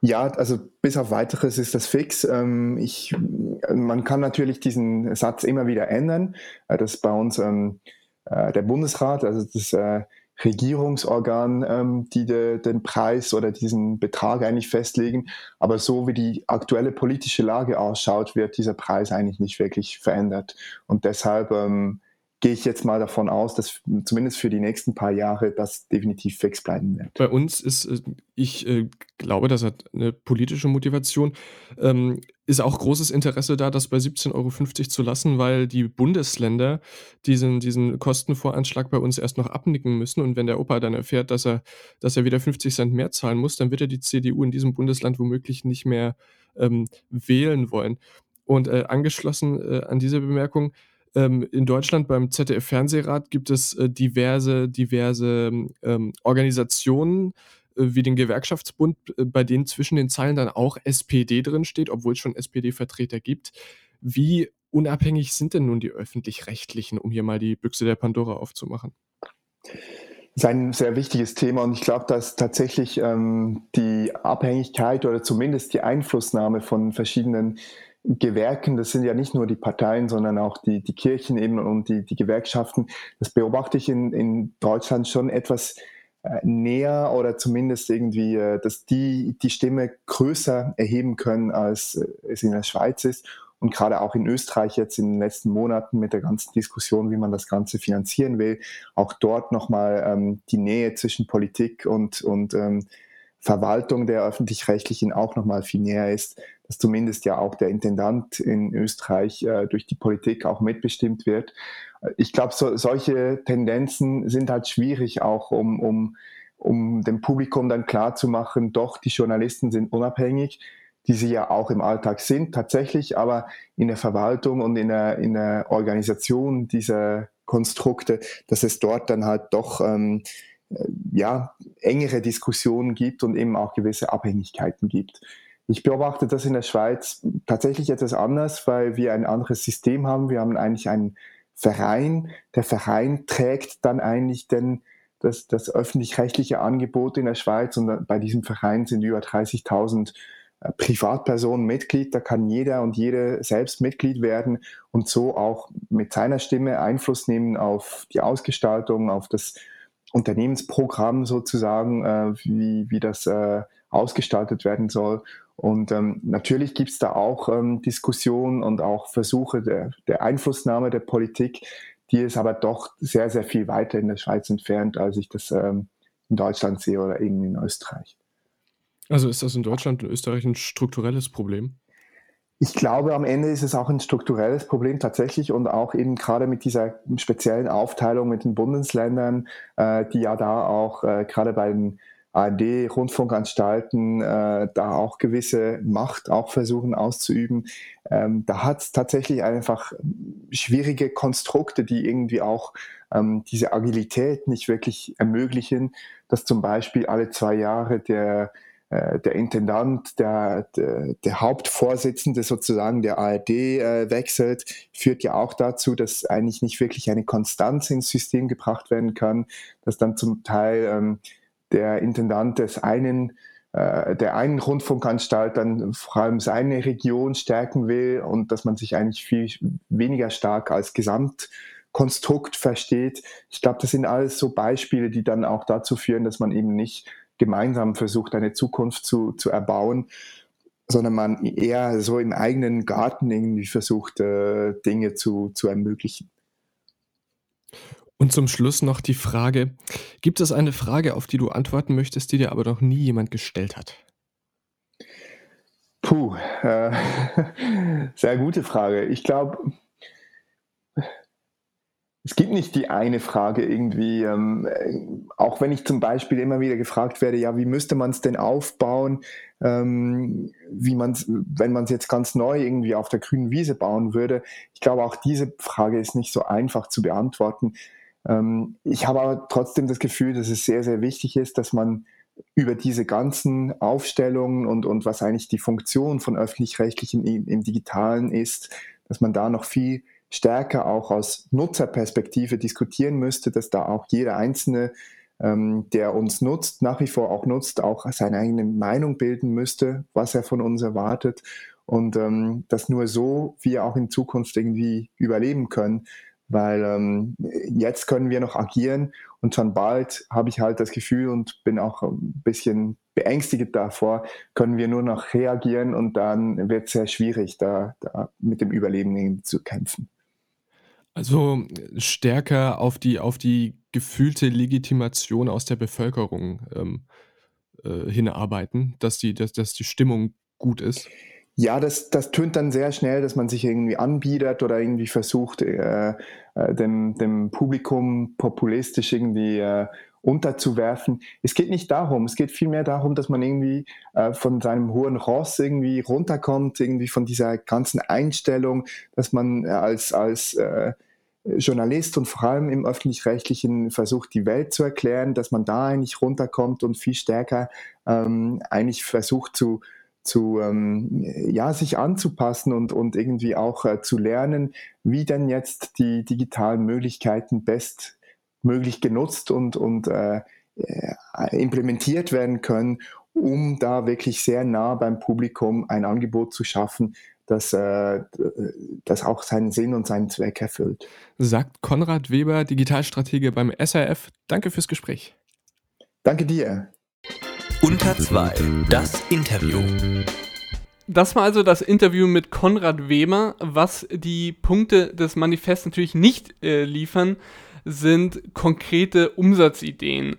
Ja, also bis auf Weiteres ist das fix. Ähm, ich, man kann natürlich diesen Satz immer wieder ändern. Äh, Das ist bei uns ähm, äh, der Bundesrat, also das äh, Regierungsorgan, ähm, die de, den Preis oder diesen Betrag eigentlich festlegen. Aber so wie die aktuelle politische Lage ausschaut, wird dieser Preis eigentlich nicht wirklich verändert. Und deshalb ähm, gehe ich jetzt mal davon aus, dass zumindest für die nächsten paar Jahre das definitiv fix bleiben wird. Bei uns ist, äh, ich äh, glaube, das hat eine politische Motivation. Ähm, ist auch großes Interesse da, das bei siebzehn Euro fünfzig zu lassen, weil die Bundesländer diesen diesen Kostenvoranschlag bei uns erst noch abnicken müssen. Und wenn der Opa dann erfährt, dass er dass er wieder fünfzig Cent mehr zahlen muss, dann wird er die C D U in diesem Bundesland womöglich nicht mehr, ähm, wählen wollen. Und, äh, angeschlossen, äh, an diese Bemerkung, ähm, in Deutschland beim Z D F-Fernsehrat gibt es, äh, diverse diverse, ähm, Organisationen, äh, wie den Gewerkschaftsbund, äh, bei denen zwischen den Zeilen dann auch S P D drin steht, obwohl es schon S P D-Vertreter gibt. Wie unabhängig sind denn nun die Öffentlich-Rechtlichen, um hier mal die Büchse der Pandora aufzumachen? Das ist ein sehr wichtiges Thema und ich glaube, dass tatsächlich ähm, die Abhängigkeit oder zumindest die Einflussnahme von verschiedenen Gewerken, das sind ja nicht nur die Parteien, sondern auch die, die Kirchen eben und die, die Gewerkschaften, das beobachte ich in, in Deutschland schon etwas äh, näher oder zumindest irgendwie, äh, dass die die Stimme größer erheben können, als äh, es in der Schweiz ist. Und gerade auch in Österreich jetzt in den letzten Monaten mit der ganzen Diskussion, wie man das Ganze finanzieren will, auch dort nochmal ähm, die Nähe zwischen Politik und, und ähm, Verwaltung der Öffentlich-Rechtlichen auch nochmal viel näher ist, dass zumindest ja auch der Intendant in Österreich äh, durch die Politik auch mitbestimmt wird. Ich glaube, so, solche Tendenzen sind halt schwierig auch, um, um, um dem Publikum dann klarzumachen, doch, die Journalisten sind unabhängig, die sie ja auch im Alltag sind tatsächlich, aber in der Verwaltung und in der, in der Organisation dieser Konstrukte, dass es dort dann halt doch ähm, ja, engere Diskussionen gibt und eben auch gewisse Abhängigkeiten gibt. Ich beobachte das in der Schweiz tatsächlich etwas anders, weil wir ein anderes System haben. Wir haben eigentlich einen Verein. Der Verein trägt dann eigentlich den, das, das öffentlich-rechtliche Angebot in der Schweiz und bei diesem Verein sind über dreißigtausend Privatpersonen Mitglied, da kann jeder und jede selbst Mitglied werden und so auch mit seiner Stimme Einfluss nehmen auf die Ausgestaltung, auf das Unternehmensprogramm sozusagen, äh, wie, wie das äh, ausgestaltet werden soll. Und ähm, natürlich gibt es da auch ähm, Diskussionen und auch Versuche der, der Einflussnahme der Politik, die ist aber doch sehr, sehr viel weiter in der Schweiz entfernt, als ich das ähm, in Deutschland sehe oder eben in Österreich. Also ist das in Deutschland und Österreich ein strukturelles Problem? Ich glaube, am Ende ist es auch ein strukturelles Problem tatsächlich und auch eben gerade mit dieser speziellen Aufteilung mit den Bundesländern, äh, die ja da auch äh, gerade bei den A R D-Rundfunkanstalten äh, da auch gewisse Macht auch versuchen auszuüben. Ähm, da hat es tatsächlich einfach schwierige Konstrukte, die irgendwie auch ähm, diese Agilität nicht wirklich ermöglichen, dass zum Beispiel alle zwei Jahre der der Intendant, der, der, der Hauptvorsitzende sozusagen der A R D äh, wechselt, führt ja auch dazu, dass eigentlich nicht wirklich eine Konstanz ins System gebracht werden kann, dass dann zum Teil ähm, der Intendant des einen, äh, der einen Rundfunkanstalt dann vor allem seine Region stärken will und dass man sich eigentlich viel weniger stark als Gesamtkonstrukt versteht. Ich glaube, das sind alles so Beispiele, die dann auch dazu führen, dass man eben nicht gemeinsam versucht, eine Zukunft zu, zu erbauen, sondern man eher so im eigenen Garten irgendwie versucht, äh, Dinge zu, zu ermöglichen. Und zum Schluss noch die Frage, gibt es eine Frage, auf die du antworten möchtest, die dir aber noch nie jemand gestellt hat? Puh, äh, sehr gute Frage. Ich glaube, es gibt nicht die eine Frage irgendwie, ähm, auch wenn ich zum Beispiel immer wieder gefragt werde, ja, wie müsste man es denn aufbauen, ähm, wie man's, wenn man es jetzt ganz neu irgendwie auf der grünen Wiese bauen würde. Ich glaube, auch diese Frage ist nicht so einfach zu beantworten. Ähm, ich habe aber trotzdem das Gefühl, dass es sehr, sehr wichtig ist, dass man über diese ganzen Aufstellungen und, und was eigentlich die Funktion von Öffentlich-Rechtlichen im, im Digitalen ist, dass man da noch viel stärker auch aus Nutzerperspektive diskutieren müsste, dass da auch jeder Einzelne ähm, der uns nutzt, nach wie vor auch nutzt, auch seine eigene Meinung bilden müsste, was er von uns erwartet. Und ähm, dass nur so wir auch in Zukunft irgendwie überleben können, weil ähm, jetzt können wir noch agieren und schon bald habe ich halt das Gefühl und bin auch ein bisschen beängstigt davor, können wir nur noch reagieren und dann wird es sehr schwierig, da, da mit dem Überleben zu kämpfen. Also stärker auf die, auf die gefühlte Legitimation aus der Bevölkerung ähm, äh, hinarbeiten, dass die, dass, dass die Stimmung gut ist. Ja, das, das tönt dann sehr schnell, dass man sich irgendwie anbietet oder irgendwie versucht, äh, äh, dem, dem Publikum populistisch irgendwie äh, unterzuwerfen. Es geht nicht darum, es geht vielmehr darum, dass man irgendwie äh, von seinem hohen Ross irgendwie runterkommt, irgendwie von dieser ganzen Einstellung, dass man als, als äh, Journalist und vor allem im Öffentlich-Rechtlichen versucht, die Welt zu erklären, dass man da eigentlich runterkommt und viel stärker ähm, eigentlich versucht zu zu ähm, ja, sich anzupassen und, und irgendwie auch äh, zu lernen, wie denn jetzt die digitalen Möglichkeiten bestmöglich genutzt und, und äh, äh, implementiert werden können, um da wirklich sehr nah beim Publikum ein Angebot zu schaffen, das, äh, das auch seinen Sinn und seinen Zweck erfüllt. Sagt Konrad Weber, Digitalstratege beim S R F. Danke fürs Gespräch. Danke dir. Unter zwei, das Interview. Das war also das Interview mit Konrad Weber. Was die Punkte des Manifests natürlich nicht äh, liefern, sind konkrete Umsatzideen.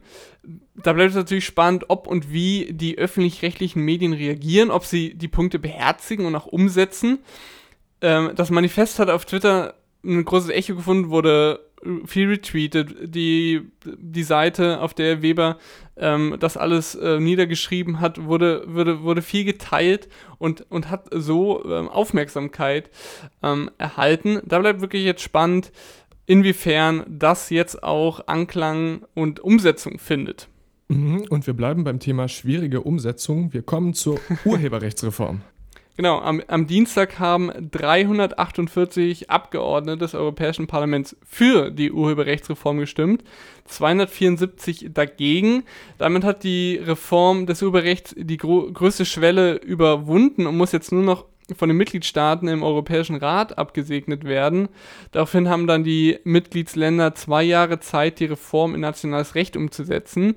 Da bleibt es natürlich spannend, ob und wie die öffentlich-rechtlichen Medien reagieren, ob sie die Punkte beherzigen und auch umsetzen. Ähm, das Manifest hat auf Twitter ein großes Echo gefunden, wurde viel retweetet. Die, die Seite, auf der Weber ähm, das alles äh, niedergeschrieben hat, wurde, wurde, wurde viel geteilt und, und hat so ähm, Aufmerksamkeit ähm, erhalten. Da bleibt wirklich jetzt spannend, inwiefern das jetzt auch Anklang und Umsetzung findet. Mhm, und wir bleiben beim Thema schwierige Umsetzung. Wir kommen zur Urheberrechtsreform. Genau, am, am Dienstag haben dreihundertachtundvierzig Abgeordnete des Europäischen Parlaments für die Urheberrechtsreform gestimmt, zweihundertvierundsiebzig dagegen. Damit hat die Reform des Urheberrechts die gro- größte Schwelle überwunden und muss jetzt nur noch von den Mitgliedstaaten im Europäischen Rat abgesegnet werden. Daraufhin haben dann die Mitgliedsländer zwei Jahre Zeit, die Reform in nationales Recht umzusetzen.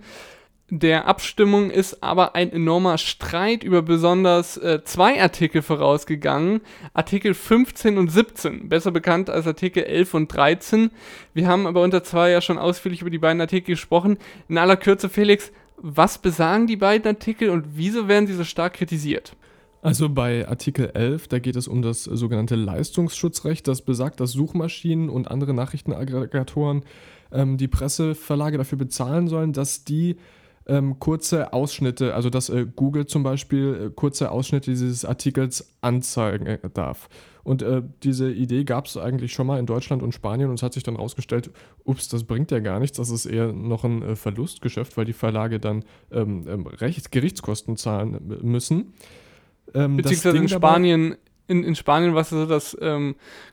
Der Abstimmung ist aber ein enormer Streit über besonders äh, zwei Artikel vorausgegangen. Artikel fünfzehn und siebzehn, besser bekannt als Artikel elf und dreizehn. Wir haben aber unter zwei ja schon ausführlich über die beiden Artikel gesprochen. In aller Kürze, Felix, was besagen die beiden Artikel und wieso werden sie so stark kritisiert? Also bei Artikel elf, da geht es um das sogenannte Leistungsschutzrecht. Das besagt, dass Suchmaschinen und andere Nachrichtenaggregatoren ähm, die Presseverlage dafür bezahlen sollen, dass die ähm, kurze Ausschnitte, also dass äh, Google zum Beispiel äh, kurze Ausschnitte dieses Artikels anzeigen äh, darf. Und äh, diese Idee gab es eigentlich schon mal in Deutschland und Spanien und es hat sich dann rausgestellt, ups, das bringt ja gar nichts, das ist eher noch ein äh, Verlustgeschäft, weil die Verlage dann ähm, ähm, Recht, Gerichtskosten zahlen müssen. Ähm, Beziehungsweise in Spanien, in, in Spanien war es so, dass ähm,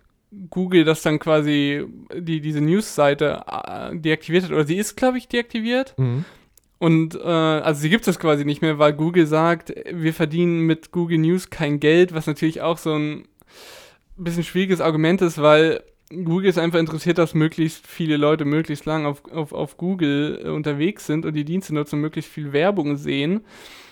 Google das dann quasi die, diese News-Seite äh, deaktiviert hat, oder sie ist, glaube ich, deaktiviert. Mhm. Und äh, also sie gibt es quasi nicht mehr, weil Google sagt, wir verdienen mit Google News kein Geld, was natürlich auch so ein bisschen schwieriges Argument ist, weil Google ist einfach interessiert, dass möglichst viele Leute möglichst lang auf, auf, auf Google äh, unterwegs sind und die Dienste nutzen und möglichst viel Werbung sehen.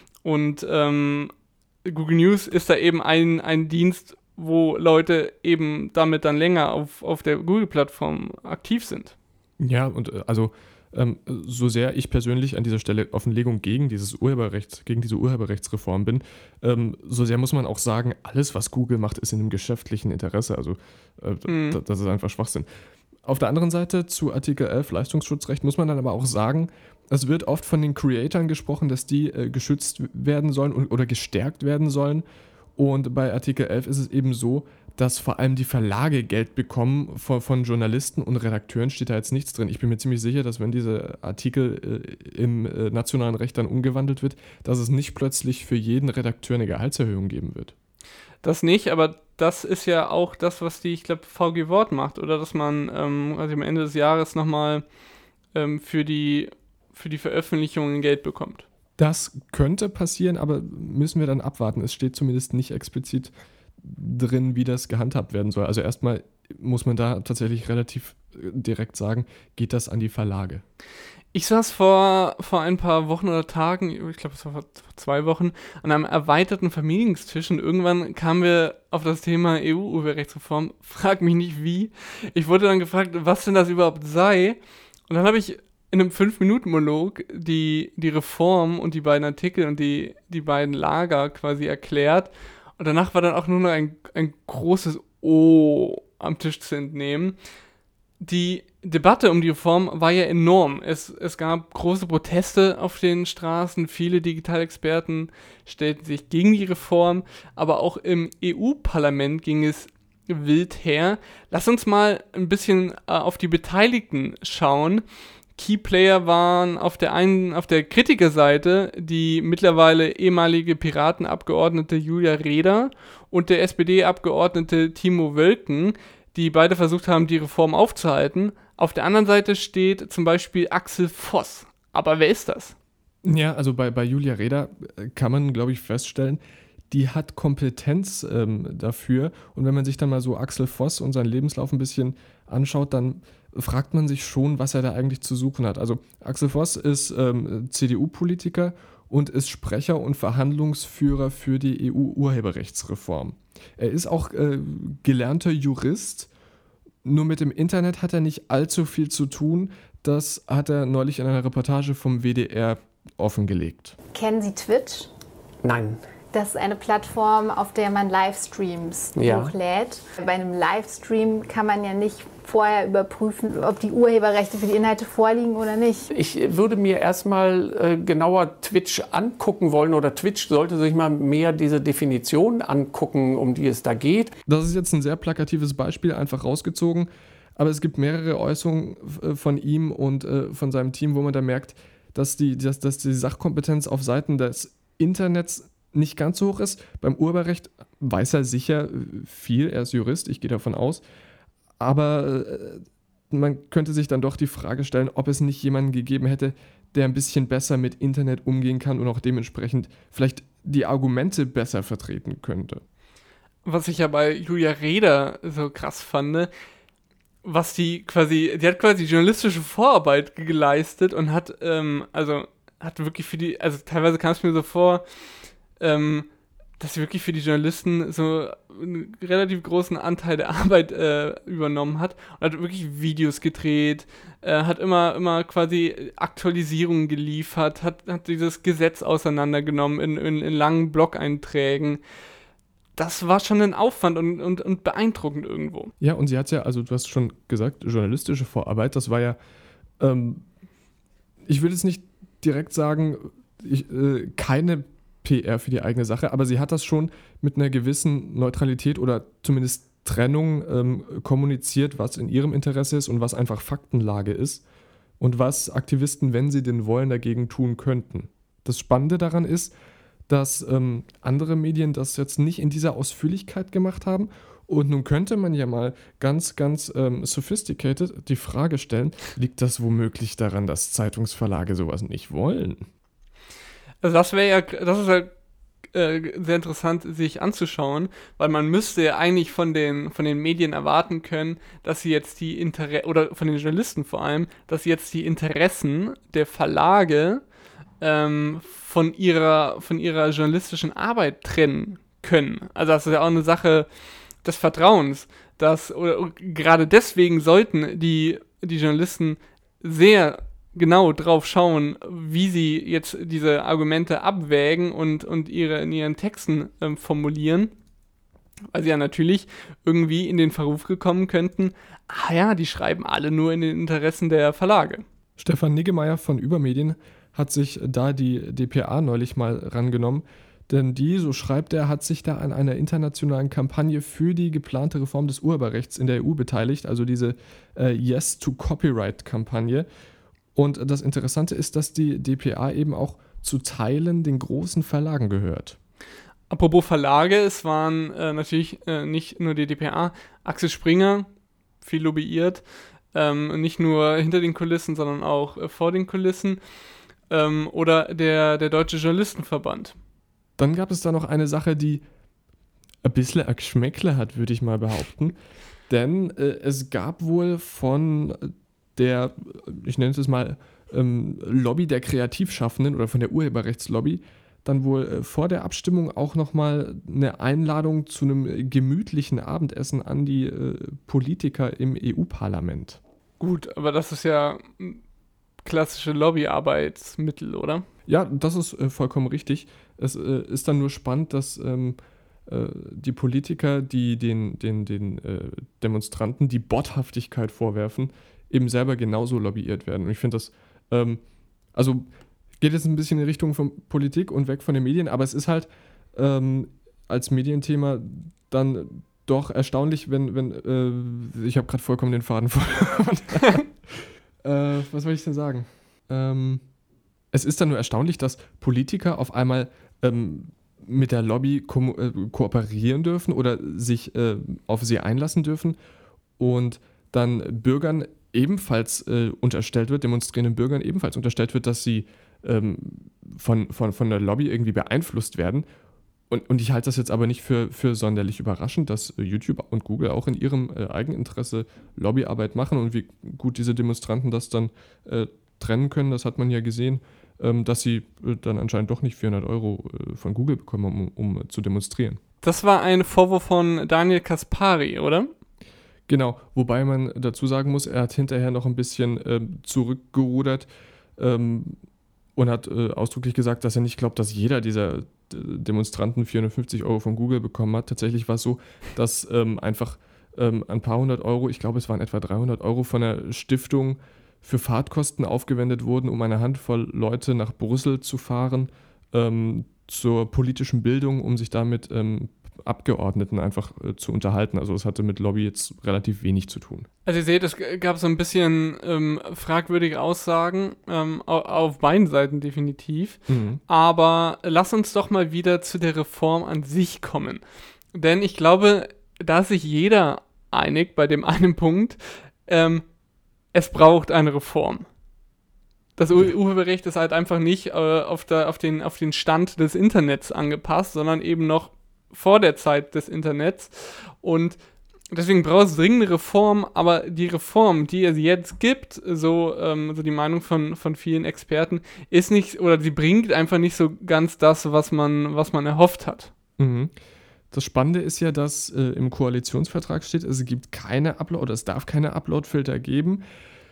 Und ähm, Google News ist da eben ein, ein Dienst, wo Leute eben damit dann länger auf, auf der Google-Plattform aktiv sind. Ja, und äh, also ähm, so sehr ich persönlich an dieser Stelle Offenlegung gegen dieses Urheberrecht, gegen diese Urheberrechtsreform bin, ähm, so sehr muss man auch sagen, alles, was Google macht, ist in einem geschäftlichen Interesse. Also äh, mhm. d- das ist einfach Schwachsinn. Auf der anderen Seite zu Artikel elf Leistungsschutzrecht muss man dann aber auch sagen, es wird oft von den Creatoren gesprochen, dass die äh, geschützt werden sollen und, oder gestärkt werden sollen. Und bei Artikel elf ist es eben so, dass vor allem die Verlage Geld bekommen von, von Journalisten und Redakteuren, steht da jetzt nichts drin. Ich bin mir ziemlich sicher, dass wenn dieser Artikel äh, im äh, nationalen Recht dann umgewandelt wird, dass es nicht plötzlich für jeden Redakteur eine Gehaltserhöhung geben wird. Das nicht, aber das ist ja auch das, was die, ich glaube, V G Wort macht, oder dass man ähm, also am Ende des Jahres nochmal ähm, für die für die Veröffentlichungen Geld bekommt. Das könnte passieren, aber müssen wir dann abwarten. Es steht zumindest nicht explizit drin, wie das gehandhabt werden soll. Also erstmal muss man da tatsächlich relativ direkt sagen, geht das an die Verlage. Ich saß vor, vor ein paar Wochen oder Tagen, ich glaube es war vor zwei Wochen, an einem erweiterten Familientisch und irgendwann kamen wir auf das Thema E U-Urheberrechtsreform. Frag mich nicht wie. Ich wurde dann gefragt, was denn das überhaupt sei. Und dann habe ich in einem fünf Minuten Monolog die, die Reform und die beiden Artikel und die, die beiden Lager quasi erklärt. Und danach war dann auch nur noch ein, ein großes O am Tisch zu entnehmen. Die Debatte um die Reform war ja enorm. Es, es gab große Proteste auf den Straßen. Viele Digitalexperten stellten sich gegen die Reform. Aber auch im E U-Parlament ging es wild her. Lass uns mal ein bisschen äh, auf die Beteiligten schauen. Keyplayer waren auf der einen, auf der Kritikerseite die mittlerweile ehemalige Piratenabgeordnete Julia Reda und der S P D-Abgeordnete Timo Wölken, die beide versucht haben, die Reform aufzuhalten. Auf der anderen Seite steht zum Beispiel Axel Voss. Aber wer ist das? Ja, also bei, bei Julia Reda kann man, glaube ich, feststellen, die hat Kompetenz ähm, dafür. Und wenn man sich dann mal so Axel Voss und seinen Lebenslauf ein bisschen anschaut, dann fragt man sich schon, was er da eigentlich zu suchen hat. Also Axel Voss ist ähm, C D U-Politiker und ist Sprecher und Verhandlungsführer für die E U-Urheberrechtsreform. Er ist auch äh, gelernter Jurist, nur mit dem Internet hat er nicht allzu viel zu tun. Das hat er neulich in einer Reportage vom W D R offengelegt. Kennen Sie Twitch? Nein. Das ist eine Plattform, auf der man Livestreams ja. hochlädt. Bei einem Livestream kann man ja nicht vorher überprüfen, ob die Urheberrechte für die Inhalte vorliegen oder nicht. Ich würde mir erstmal äh, genauer Twitch angucken wollen oder Twitch sollte sich mal mehr diese Definition angucken, um die es da geht. Das ist jetzt ein sehr plakatives Beispiel, einfach rausgezogen. Aber es gibt mehrere Äußerungen von ihm und äh, von seinem Team, wo man da merkt, dass die, dass, dass die Sachkompetenz auf Seiten des Internets nicht ganz so hoch ist. Beim Urheberrecht weiß er sicher viel, er ist Jurist, ich gehe davon aus. Aber äh, man könnte sich dann doch die Frage stellen, ob es nicht jemanden gegeben hätte, der ein bisschen besser mit Internet umgehen kann und auch dementsprechend vielleicht die Argumente besser vertreten könnte. Was ich ja bei Julia Reda so krass fand, was die quasi, die hat quasi journalistische Vorarbeit geleistet und hat, ähm, also hat wirklich für die, also teilweise kam es mir so vor, ähm, dass sie wirklich für die Journalisten so einen relativ großen Anteil der Arbeit äh, übernommen hat und hat wirklich Videos gedreht, äh, hat immer, immer quasi Aktualisierungen geliefert, hat, hat dieses Gesetz auseinandergenommen in, in, in langen Blog-Einträgen. Das war schon ein Aufwand und, und, und beeindruckend irgendwo. Ja, und sie hat ja, also du hast schon gesagt, journalistische Vorarbeit, das war ja, ähm, ich würde jetzt nicht direkt sagen, ich, äh, keine P R für die eigene Sache, aber sie hat das schon mit einer gewissen Neutralität oder zumindest Trennung ähm, kommuniziert, was in ihrem Interesse ist und was einfach Faktenlage ist und was Aktivisten, wenn sie denn wollen, dagegen tun könnten. Das Spannende daran ist, dass ähm, andere Medien das jetzt nicht in dieser Ausführlichkeit gemacht haben und nun könnte man ja mal ganz, ganz ähm, sophisticated die Frage stellen, liegt das womöglich daran, dass Zeitungsverlage sowas nicht wollen? Also das wäre ja, das ist halt äh, sehr interessant, sich anzuschauen, weil man müsste ja eigentlich von den, von den Medien erwarten können, dass sie jetzt die Interessen, oder von den Journalisten vor allem, dass sie jetzt die Interessen der Verlage ähm, von ihrer, von ihrer journalistischen Arbeit trennen können. Also das ist ja auch eine Sache des Vertrauens, dass, oder, oder gerade deswegen sollten die, die Journalisten sehr genau drauf schauen, wie sie jetzt diese Argumente abwägen und, und ihre, in ihren Texten ähm, formulieren, weil sie ja natürlich irgendwie in den Verruf gekommen könnten, ah ja, die schreiben alle nur in den Interessen der Verlage. Stefan Niggemeier von Übermedien hat sich da die D P A neulich mal rangenommen, denn die, so schreibt er, hat sich da an einer internationalen Kampagne für die geplante Reform des Urheberrechts in der E U beteiligt, also diese äh, Yes to Copyright-Kampagne. Und das Interessante ist, dass die D P A eben auch zu Teilen den großen Verlagen gehört. Apropos Verlage, es waren äh, natürlich äh, nicht nur die D P A, Axel Springer, viel lobbyiert, Ähm, nicht nur hinter den Kulissen, sondern auch äh, vor den Kulissen. Ähm, oder der, der Deutsche Journalistenverband. Dann gab es da noch eine Sache, die ein bisschen ein Geschmäckle hat, würde ich mal behaupten. Denn äh, es gab wohl von der, ich nenne es jetzt mal, ähm, Lobby der Kreativschaffenden oder von der Urheberrechtslobby dann wohl äh, vor der Abstimmung auch nochmal eine Einladung zu einem gemütlichen Abendessen an die äh, Politiker im E U-Parlament. Gut, aber das ist ja klassische Lobbyarbeitsmittel, oder? Ja, das ist äh, vollkommen richtig. Es äh, ist dann nur spannend, dass ähm, äh, die Politiker, die den, den, den äh, Demonstranten die Botthaftigkeit vorwerfen, eben selber genauso lobbyiert werden. Und ich finde das, ähm, also geht jetzt ein bisschen in Richtung von Politik und weg von den Medien, aber es ist halt ähm, als Medienthema dann doch erstaunlich, wenn, wenn äh, ich habe gerade vollkommen den Faden verloren. äh, was soll ich denn sagen? Ähm, es ist dann nur erstaunlich, dass Politiker auf einmal ähm, mit der Lobby ko- äh, kooperieren dürfen oder sich äh, auf sie einlassen dürfen und dann Bürgern ebenfalls äh, unterstellt wird, demonstrierenden Bürgern ebenfalls unterstellt wird, dass sie ähm, von, von, von der Lobby irgendwie beeinflusst werden. Und, und ich halte das jetzt aber nicht für, für sonderlich überraschend, dass äh, YouTube und Google auch in ihrem äh, Eigeninteresse Lobbyarbeit machen und wie gut diese Demonstranten das dann äh, trennen können, das hat man ja gesehen, ähm, dass sie äh, dann anscheinend doch nicht vierhundert Euro äh, von Google bekommen, um, um zu demonstrieren. Das war ein Vorwurf von Daniel Kaspari, oder? Genau, wobei man dazu sagen muss, er hat hinterher noch ein bisschen ähm, zurückgerudert ähm, und hat äh, ausdrücklich gesagt, dass er nicht glaubt, dass jeder dieser äh, Demonstranten vierhundertfünfzig Euro von Google bekommen hat. Tatsächlich war es so, dass ähm, einfach ähm, ein paar hundert Euro, ich glaube es waren etwa dreihundert Euro von der Stiftung für Fahrtkosten aufgewendet wurden, um eine Handvoll Leute nach Brüssel zu fahren, ähm, zur politischen Bildung, um sich damit ähm, Abgeordneten einfach äh, zu unterhalten. Also es hatte mit Lobby jetzt relativ wenig zu tun. Also ihr seht, es g- gab so ein bisschen ähm, fragwürdige Aussagen ähm, au- auf beiden Seiten definitiv. Mhm. Aber lass uns doch mal wieder zu der Reform an sich kommen. Denn ich glaube, da ist sich jeder einig bei dem einen Punkt, ähm, es braucht eine Reform. Das U- Urheberrecht ist halt einfach nicht äh, auf, der, auf, den, auf den Stand des Internets angepasst, sondern eben noch vor der Zeit des Internets. Und deswegen braucht es dringende Reform, aber die Reform, die es jetzt gibt, so, ähm, so die Meinung von, von vielen Experten, ist nicht, oder sie bringt einfach nicht so ganz das, was man, was man erhofft hat. Mhm. Das Spannende ist ja, dass äh, im Koalitionsvertrag steht, es gibt keine Upload, oder es darf keine Upload-Filter geben.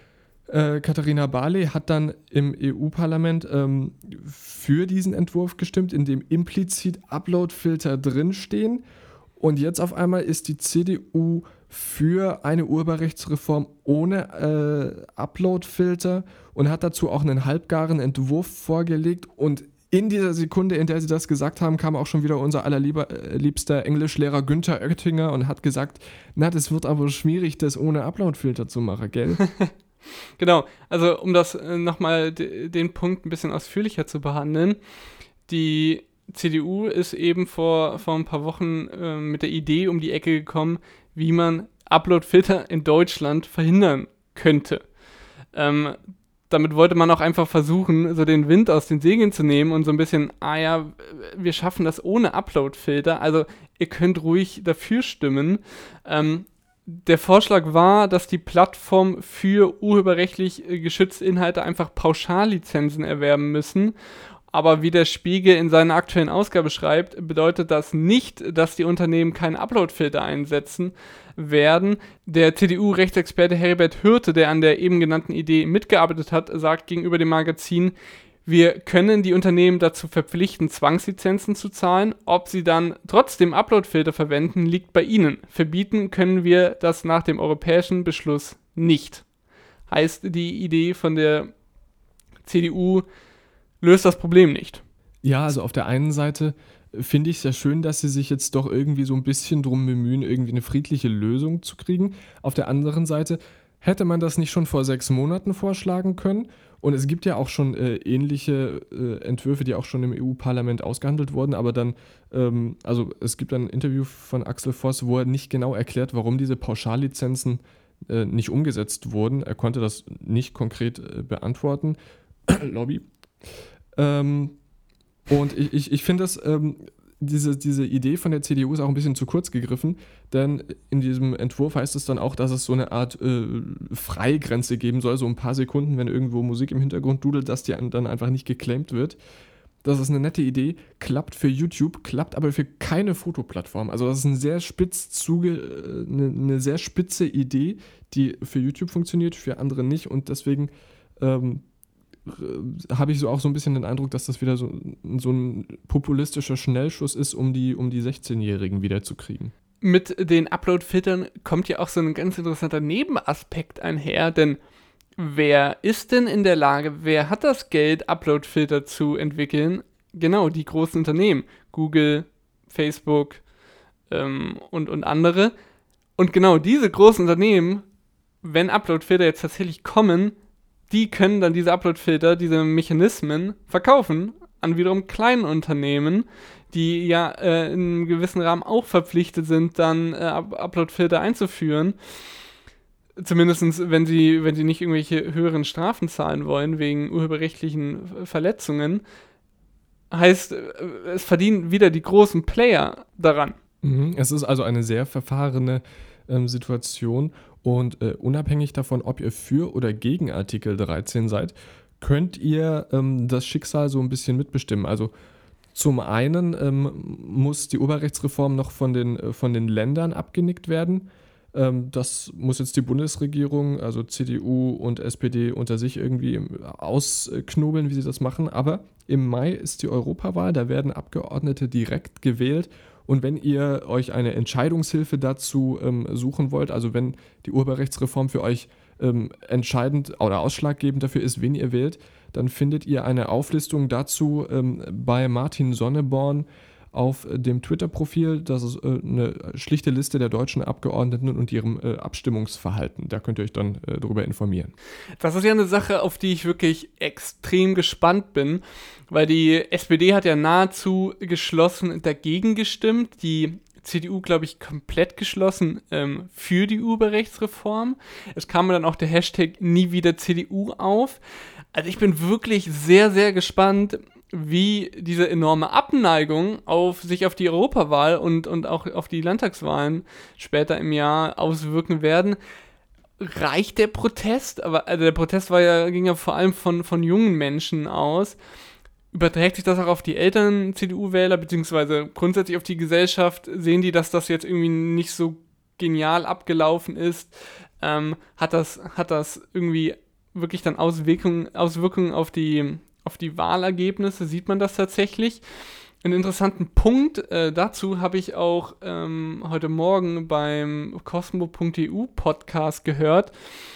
Äh, Katharina Barley hat dann im E U-Parlament ähm, für diesen Entwurf gestimmt, in dem implizit Upload-Filter drinstehen. Und jetzt auf einmal ist die C D U für eine Urheberrechtsreform ohne äh, Upload-Filter und hat dazu auch einen halbgaren Entwurf vorgelegt. Und in dieser Sekunde, in der sie das gesagt haben, kam auch schon wieder unser allerliebster Englischlehrer Günther Oettinger und hat gesagt, na, das wird aber schwierig, das ohne Upload-Filter zu machen, gell? Genau, also um das äh, nochmal d- den Punkt ein bisschen ausführlicher zu behandeln, die C D U ist eben vor, vor ein paar Wochen äh, mit der Idee um die Ecke gekommen, wie man Upload-Filter in Deutschland verhindern könnte. Ähm, damit wollte man auch einfach versuchen, so den Wind aus den Segeln zu nehmen und so ein bisschen, ah ja, wir schaffen das ohne Upload-Filter, also ihr könnt ruhig dafür stimmen. Ähm, Der Vorschlag war, dass die Plattform für urheberrechtlich äh, geschützte Inhalte einfach Pauschallizenzen erwerben müssen. Aber wie der Spiegel in seiner aktuellen Ausgabe schreibt, bedeutet das nicht, dass die Unternehmen keinen Upload-Filter einsetzen werden. Der C D U-Rechtsexperte Heribert Hürte, der an der eben genannten Idee mitgearbeitet hat, sagt gegenüber dem Magazin, wir können die Unternehmen dazu verpflichten, Zwangslizenzen zu zahlen. Ob sie dann trotzdem Upload-Filter verwenden, liegt bei ihnen. Verbieten können wir das nach dem europäischen Beschluss nicht. Heißt, die Idee von der C D U löst das Problem nicht. Ja, also auf der einen Seite finde ich es ja schön, dass sie sich jetzt doch irgendwie so ein bisschen drum bemühen, irgendwie eine friedliche Lösung zu kriegen. Auf der anderen Seite hätte man das nicht schon vor sechs Monaten vorschlagen können. Und es gibt ja auch schon äh, ähnliche äh, Entwürfe, die auch schon im E U-Parlament ausgehandelt wurden, aber dann, ähm, also es gibt ein Interview von Axel Voss, wo er nicht genau erklärt, warum diese Pauschallizenzen äh, nicht umgesetzt wurden. Er konnte das nicht konkret äh, beantworten. Lobby. Ähm, und ich, ich, ich finde das, ähm, diese, diese Idee von der C D U ist auch ein bisschen zu kurz gegriffen, denn in diesem Entwurf heißt es dann auch, dass es so eine Art äh, Freigrenze geben soll, so ein paar Sekunden, wenn irgendwo Musik im Hintergrund dudelt, dass die dann einfach nicht geclaimt wird. Das ist eine nette Idee, klappt für YouTube, klappt aber für keine Fotoplattform. Also das ist eine sehr spitz zuge, eine, eine sehr spitze Idee, die für YouTube funktioniert, für andere nicht, und deswegen ähm, habe ich so auch so ein bisschen den Eindruck, dass das wieder so, so ein populistischer Schnellschuss ist, um die, um die sechzehnjährigen wiederzukriegen. Mit den Upload-Filtern kommt ja auch so ein ganz interessanter Nebenaspekt einher, denn wer ist denn in der Lage, wer hat das Geld, Upload-Filter zu entwickeln? Genau, die großen Unternehmen, Google, Facebook ähm, und, und andere. Und genau diese großen Unternehmen, wenn Upload-Filter jetzt tatsächlich kommen, die können dann diese Upload-Filter, diese Mechanismen verkaufen an wiederum kleinen Unternehmen, die ja äh, in einem gewissen Rahmen auch verpflichtet sind, dann äh, Upload-Filter einzuführen. Zumindest wenn sie, wenn sie nicht irgendwelche höheren Strafen zahlen wollen wegen urheberrechtlichen Verletzungen. Heißt, es verdienen wieder die großen Player daran. Mhm. Es ist also eine sehr verfahrene ähm, Situation. Und äh, unabhängig davon, ob ihr für oder gegen Artikel dreizehn seid, könnt ihr ähm, das Schicksal so ein bisschen mitbestimmen. Also zum einen ähm, muss die Urheberrechtsreform noch von den, äh, von den Ländern abgenickt werden. Ähm, das muss jetzt die Bundesregierung, also C D U und S P D, unter sich irgendwie ausknobeln, wie sie das machen. Aber im Mai ist die Europawahl, da werden Abgeordnete direkt gewählt. Und wenn ihr euch eine Entscheidungshilfe dazu ähm, suchen wollt, also wenn die Urheberrechtsreform für euch ähm, entscheidend oder ausschlaggebend dafür ist, wen ihr wählt, dann findet ihr eine Auflistung dazu ähm, bei Martin Sonneborn auf äh, dem Twitter-Profil. Das ist äh, eine schlichte Liste der deutschen Abgeordneten und ihrem äh, Abstimmungsverhalten. Da könnt ihr euch dann äh, darüber informieren. Das ist ja eine Sache, auf die ich wirklich extrem gespannt bin, weil die S P D hat ja nahezu geschlossen dagegen gestimmt, die C D U, glaube ich, komplett geschlossen ähm, für die Urheberrechtsreform. Es kam dann auch der Hashtag nie wieder C D U auf. Also ich bin wirklich sehr, sehr gespannt, wie diese enorme Abneigung auf sich auf die Europawahl und, und auch auf die Landtagswahlen später im Jahr auswirken werden. Reicht der Protest? Aber also der Protest war ja, ging ja vor allem von, von jungen Menschen aus. Überträgt sich das auch auf die älteren C D U-Wähler, beziehungsweise grundsätzlich auf die Gesellschaft? Sehen die, dass das jetzt irgendwie nicht so genial abgelaufen ist? Ähm, hat das, hat das irgendwie wirklich dann Auswirkungen, Auswirkungen auf die, auf die Wahlergebnisse? Sieht man das tatsächlich? Einen interessanten Punkt äh, dazu habe ich auch ähm, heute Morgen beim Cosmo Punkt E U Podcast gehört.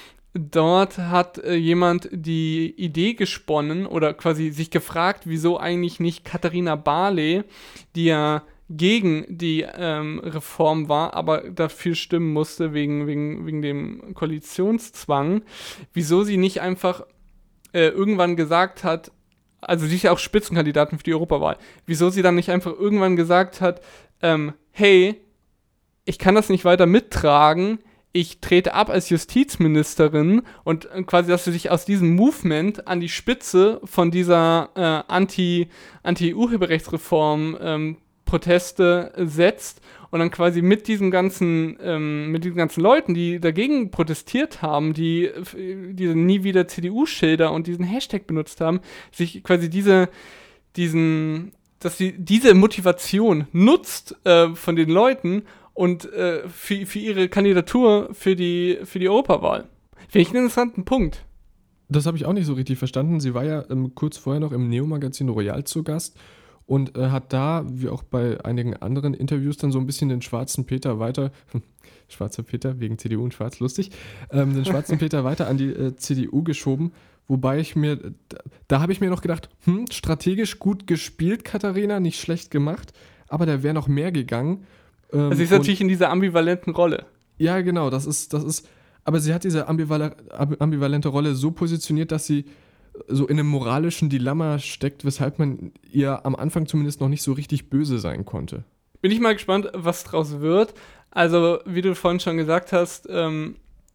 Dort hat äh, jemand die Idee gesponnen oder quasi sich gefragt, wieso eigentlich nicht Katharina Barley, die ja gegen die ähm, Reform war, aber dafür stimmen musste wegen, wegen, wegen dem Koalitionszwang, wieso sie nicht einfach äh, irgendwann gesagt hat, also sie ist ja auch Spitzenkandidatin für die Europawahl, wieso sie dann nicht einfach irgendwann gesagt hat, ähm, hey, ich kann das nicht weiter mittragen, ich trete ab als Justizministerin, und quasi, dass sie sich aus diesem Movement an die Spitze von dieser äh, Anti, Anti-Urheberrechtsreform ähm, Proteste setzt und dann quasi mit diesen ganzen, ähm, mit diesen ganzen Leuten, die dagegen protestiert haben, die äh, diese nie wieder C D U-Schilder und diesen Hashtag benutzt haben, sich quasi diese, diesen, dass sie diese Motivation nutzt äh, von den Leuten und äh, für, für ihre Kandidatur für die, für die Europawahl. Finde ich einen interessanten Punkt. Das habe ich auch nicht so richtig verstanden. Sie war ja ähm, kurz vorher noch im Neo-Magazin Royal zu Gast und äh, hat da, wie auch bei einigen anderen Interviews, dann so ein bisschen den schwarzen Peter weiter, schwarzer Peter, wegen C D U und schwarz, lustig, ähm, den schwarzen Peter weiter an die äh, C D U geschoben, wobei ich mir, da, da habe ich mir noch gedacht, hm, strategisch gut gespielt, Katharina, nicht schlecht gemacht, aber da wäre noch mehr gegangen. Ähm, also sie ist natürlich in dieser ambivalenten Rolle. Ja, genau, das ist, das ist, aber sie hat diese ambival- ambivalente Rolle so positioniert, dass sie so in einem moralischen Dilemma steckt, weshalb man ihr am Anfang zumindest noch nicht so richtig böse sein konnte. Bin ich mal gespannt, was draus wird. Also, wie du vorhin schon gesagt hast, ähm,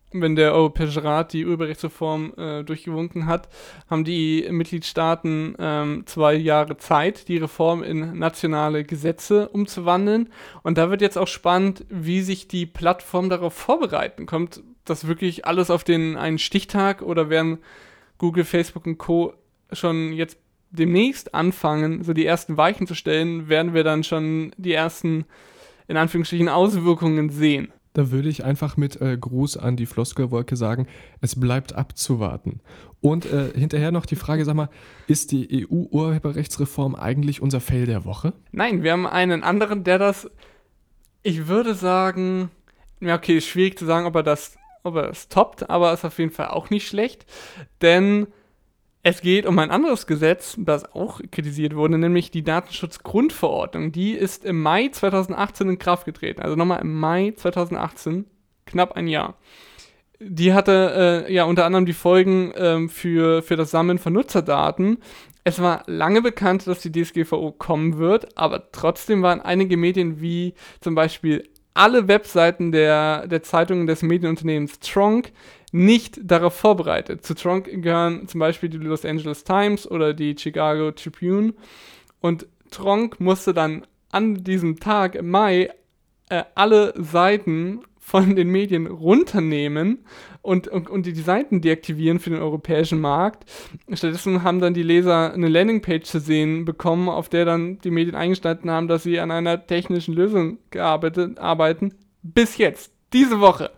wenn der Europäische Rat die Urheberrechtsreform äh, durchgewunken hat, haben die Mitgliedstaaten ähm, zwei Jahre Zeit, die Reform in nationale Gesetze umzuwandeln. Und da wird jetzt auch spannend, wie sich die Plattformen darauf vorbereiten. Kommt das wirklich alles auf den einen Stichtag oder werden Google, Facebook und Co. schon jetzt demnächst anfangen, so die ersten Weichen zu stellen, werden wir dann schon die ersten, in Anführungsstrichen, Auswirkungen sehen? Da würde ich einfach mit äh, Gruß an die Floskelwolke sagen, es bleibt abzuwarten. Und äh, hinterher noch die Frage, sag mal, ist die E U-Urheberrechtsreform eigentlich unser Fail der Woche? Nein, wir haben einen anderen, der das, ich würde sagen, ja okay, schwierig zu sagen, ob er das, ob er das toppt, aber ist auf jeden Fall auch nicht schlecht, denn es geht um ein anderes Gesetz, das auch kritisiert wurde, nämlich die Datenschutzgrundverordnung. Die ist im Mai zweitausendachtzehn in Kraft getreten. Also nochmal im Mai zweitausendachtzehn, knapp ein Jahr. Die hatte äh, ja unter anderem die Folgen ähm, für, für das Sammeln von Nutzerdaten. Es war lange bekannt, dass die D S G V O kommen wird, aber trotzdem waren einige Medien wie zum Beispiel alle Webseiten der, der Zeitungen des Medienunternehmens Tronc nicht darauf vorbereitet. Zu Tronc gehören zum Beispiel die Los Angeles Times oder die Chicago Tribune. Und Tronc musste dann an diesem Tag im Mai äh, alle Seiten von den Medien runternehmen und, und, und die Seiten deaktivieren für den europäischen Markt. Stattdessen haben dann die Leser eine Landingpage zu sehen bekommen, auf der dann die Medien eingestanden haben, dass sie an einer technischen Lösung gearbeitet arbeiten. Bis jetzt, diese Woche.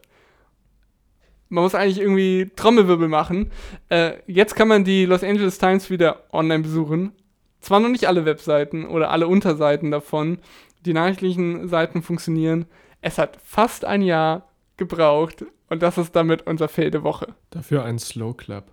Man muss eigentlich irgendwie Trommelwirbel machen. Äh, jetzt kann man die Los Angeles Times wieder online besuchen. Zwar noch nicht alle Webseiten oder alle Unterseiten davon. Die nachrichtlichen Seiten funktionieren. Es hat fast ein Jahr gebraucht und das ist damit unser Fail der Woche. Dafür ein Slow Clap.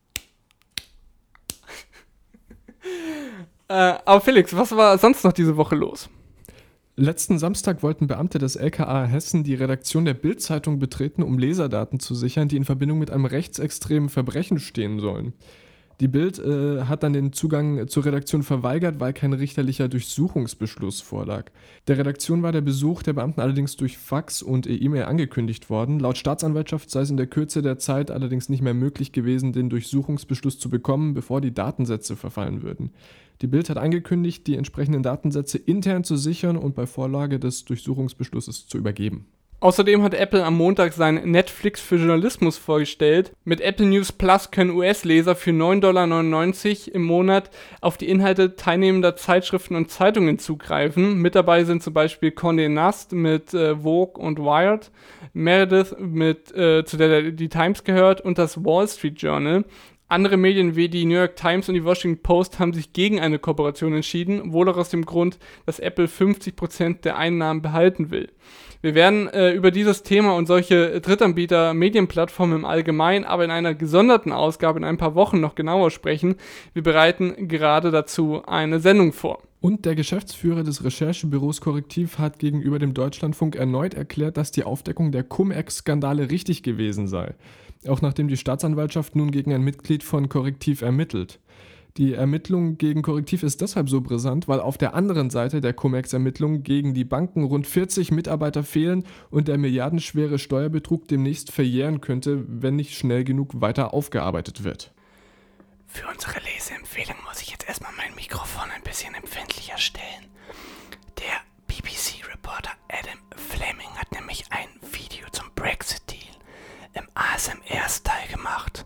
äh, aber Felix, was war sonst noch diese Woche los? Letzten Samstag wollten Beamte des L K A Hessen die Redaktion der Bild-Zeitung betreten, um Leserdaten zu sichern, die in Verbindung mit einem rechtsextremen Verbrechen stehen sollen. Die Bild äh, hat dann den Zugang zur Redaktion verweigert, weil kein richterlicher Durchsuchungsbeschluss vorlag. Der Redaktion war der Besuch der Beamten allerdings durch Fax und E-Mail angekündigt worden. Laut Staatsanwaltschaft sei es in der Kürze der Zeit allerdings nicht mehr möglich gewesen, den Durchsuchungsbeschluss zu bekommen, bevor die Datensätze verfallen würden. Die Bild hat angekündigt, die entsprechenden Datensätze intern zu sichern und bei Vorlage des Durchsuchungsbeschlusses zu übergeben. Außerdem hat Apple am Montag sein Netflix für Journalismus vorgestellt. Mit Apple News Plus können U S-Leser für neun Komma neunundneunzig Dollar im Monat auf die Inhalte teilnehmender Zeitschriften und Zeitungen zugreifen. Mit dabei sind zum Beispiel Condé Nast mit äh, Vogue und Wired, Meredith, mit, äh, zu der die Times gehört, und das Wall Street Journal. Andere Medien wie die New York Times und die Washington Post haben sich gegen eine Kooperation entschieden, wohl auch aus dem Grund, dass Apple fünfzig Prozent der Einnahmen behalten will. Wir werden äh, über dieses Thema und solche Drittanbieter-Medienplattformen im Allgemeinen, aber in einer gesonderten Ausgabe in ein paar Wochen noch genauer sprechen. Wir bereiten gerade dazu eine Sendung vor. Und der Geschäftsführer des Recherchebüros Correctiv hat gegenüber dem Deutschlandfunk erneut erklärt, dass die Aufdeckung der Cum-Ex-Skandale richtig gewesen sei. Auch nachdem die Staatsanwaltschaft nun gegen ein Mitglied von Correctiv ermittelt. Die Ermittlung gegen Correctiv ist deshalb so brisant, weil auf der anderen Seite der Cum-Ex-Ermittlungen gegen die Banken rund vierzig Mitarbeiter fehlen und der milliardenschwere Steuerbetrug demnächst verjähren könnte, wenn nicht schnell genug weiter aufgearbeitet wird. Für unsere Leseempfehlung muss ich jetzt erstmal mein Mikrofon ein bisschen empfindlicher stellen. Der B B C-Reporter Adam Fleming hat nämlich ein Video zum Brexit-Deal im A S M R-Style gemacht.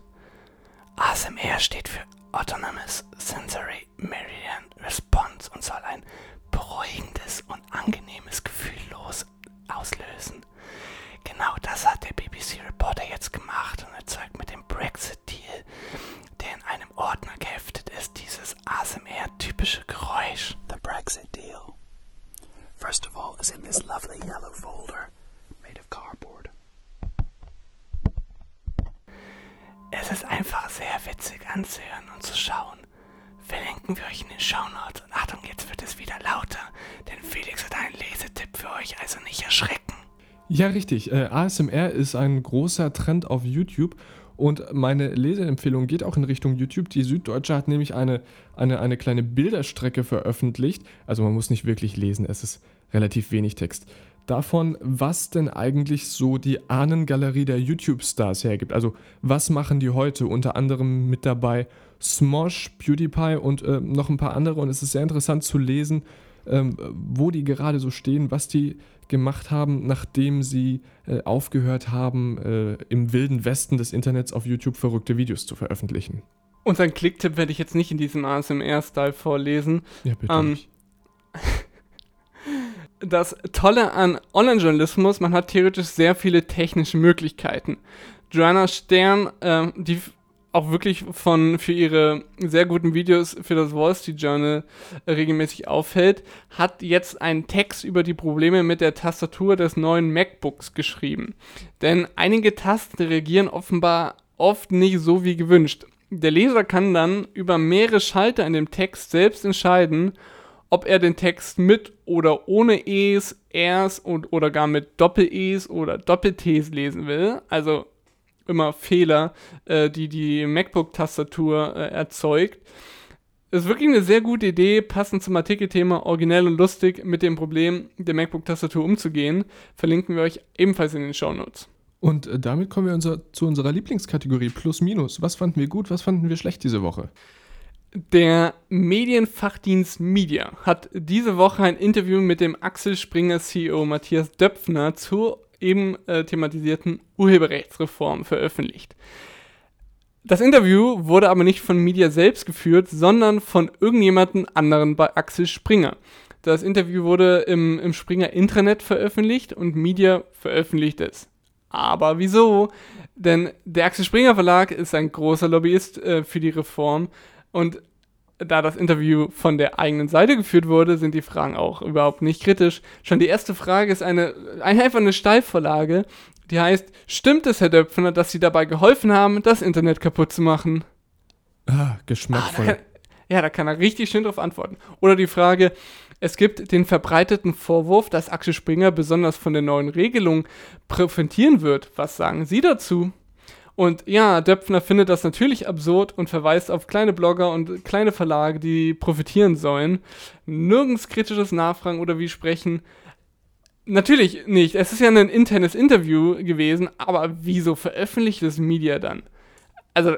A S M R steht für Autonomous Sensory Meridian Response und soll ein beruhigendes und angenehmes Gefühl los auslösen. Genau das hat der B B C-Reporter jetzt gemacht und erzeugt mit dem Brexit-Deal, der in einem Ordner geheftet ist, dieses A S M R-typische Geräusch. The Brexit deal. First of all, is in this lovely yellow folder made of cardboard. Es ist einfach sehr witzig anzuhören und zu schauen. Verlinken wir euch in den Shownotes. Und Achtung, jetzt wird es wieder lauter, denn Felix hat einen Lesetipp für euch, also nicht erschrecken. Ja, richtig. Äh, A S M R ist ein großer Trend auf YouTube und meine Leseempfehlung geht auch in Richtung YouTube. Die Süddeutsche hat nämlich eine, eine, eine kleine Bilderstrecke veröffentlicht. Also man muss nicht wirklich lesen, es ist relativ wenig Text. davon, was denn eigentlich so die Ahnengalerie der YouTube-Stars hergibt. Also was machen die heute? Unter anderem mit dabei Smosh, PewDiePie und äh, noch ein paar andere. Und es ist sehr interessant zu lesen, ähm, wo die gerade so stehen, was die gemacht haben, nachdem sie äh, aufgehört haben, äh, im wilden Westen des Internets auf YouTube verrückte Videos zu veröffentlichen. Unseren Klicktipp werde ich jetzt nicht in diesem A S M R-Style vorlesen. Ja, bitte Ähm, nicht. Das Tolle an Online-Journalismus, man hat theoretisch sehr viele technische Möglichkeiten. Joanna Stern, äh, die f- auch wirklich von für ihre sehr guten Videos für das Wall Street Journal äh, regelmäßig auffällt, hat jetzt einen Text über die Probleme mit der Tastatur des neuen MacBooks geschrieben. Denn einige Tasten reagieren offenbar oft nicht so wie gewünscht. Der Leser kann dann über mehrere Schalter in dem Text selbst entscheiden, ob er den Text mit oder ohne E's, R's und oder gar mit Doppel-E's oder Doppel-T's lesen will. Also immer Fehler, äh, die die MacBook-Tastatur äh, erzeugt. Ist wirklich eine sehr gute Idee, passend zum Artikelthema, originell und lustig mit dem Problem der MacBook-Tastatur umzugehen. Verlinken wir euch ebenfalls in den Shownotes. Und äh, damit kommen wir unser, zu unserer Lieblingskategorie Plus Minus. Was fanden wir gut, was fanden wir schlecht diese Woche? Der Medienfachdienst Media hat diese Woche ein Interview mit dem Axel Springer C E O Matthias Döpfner zur eben äh, thematisierten Urheberrechtsreform veröffentlicht. Das Interview wurde aber nicht von Media selbst geführt, sondern von irgendjemandem anderen bei Axel Springer. Das Interview wurde im, im Springer Intranet veröffentlicht und Media veröffentlicht es. Aber wieso? Denn der Axel Springer Verlag ist ein großer Lobbyist äh, für die Reform. Und da das Interview von der eigenen Seite geführt wurde, sind die Fragen auch überhaupt nicht kritisch. Schon die erste Frage ist eine, einfach eine Steilvorlage, die heißt: Stimmt es, Herr Döpfner, dass Sie dabei geholfen haben, das Internet kaputt zu machen? Ah, geschmackvoll. Ah, da kann, ja, da kann er richtig schön drauf antworten. Oder die Frage: Es gibt den verbreiteten Vorwurf, dass Axel Springer besonders von der neuen Regelung profitieren wird. Was sagen Sie dazu? Und ja, Döpfner findet das natürlich absurd und verweist auf kleine Blogger und kleine Verlage, die profitieren sollen. Nirgends kritisches Nachfragen oder Widersprechen. Natürlich nicht. Es ist ja ein internes Interview gewesen, aber wieso veröffentlicht es Media dann? Also,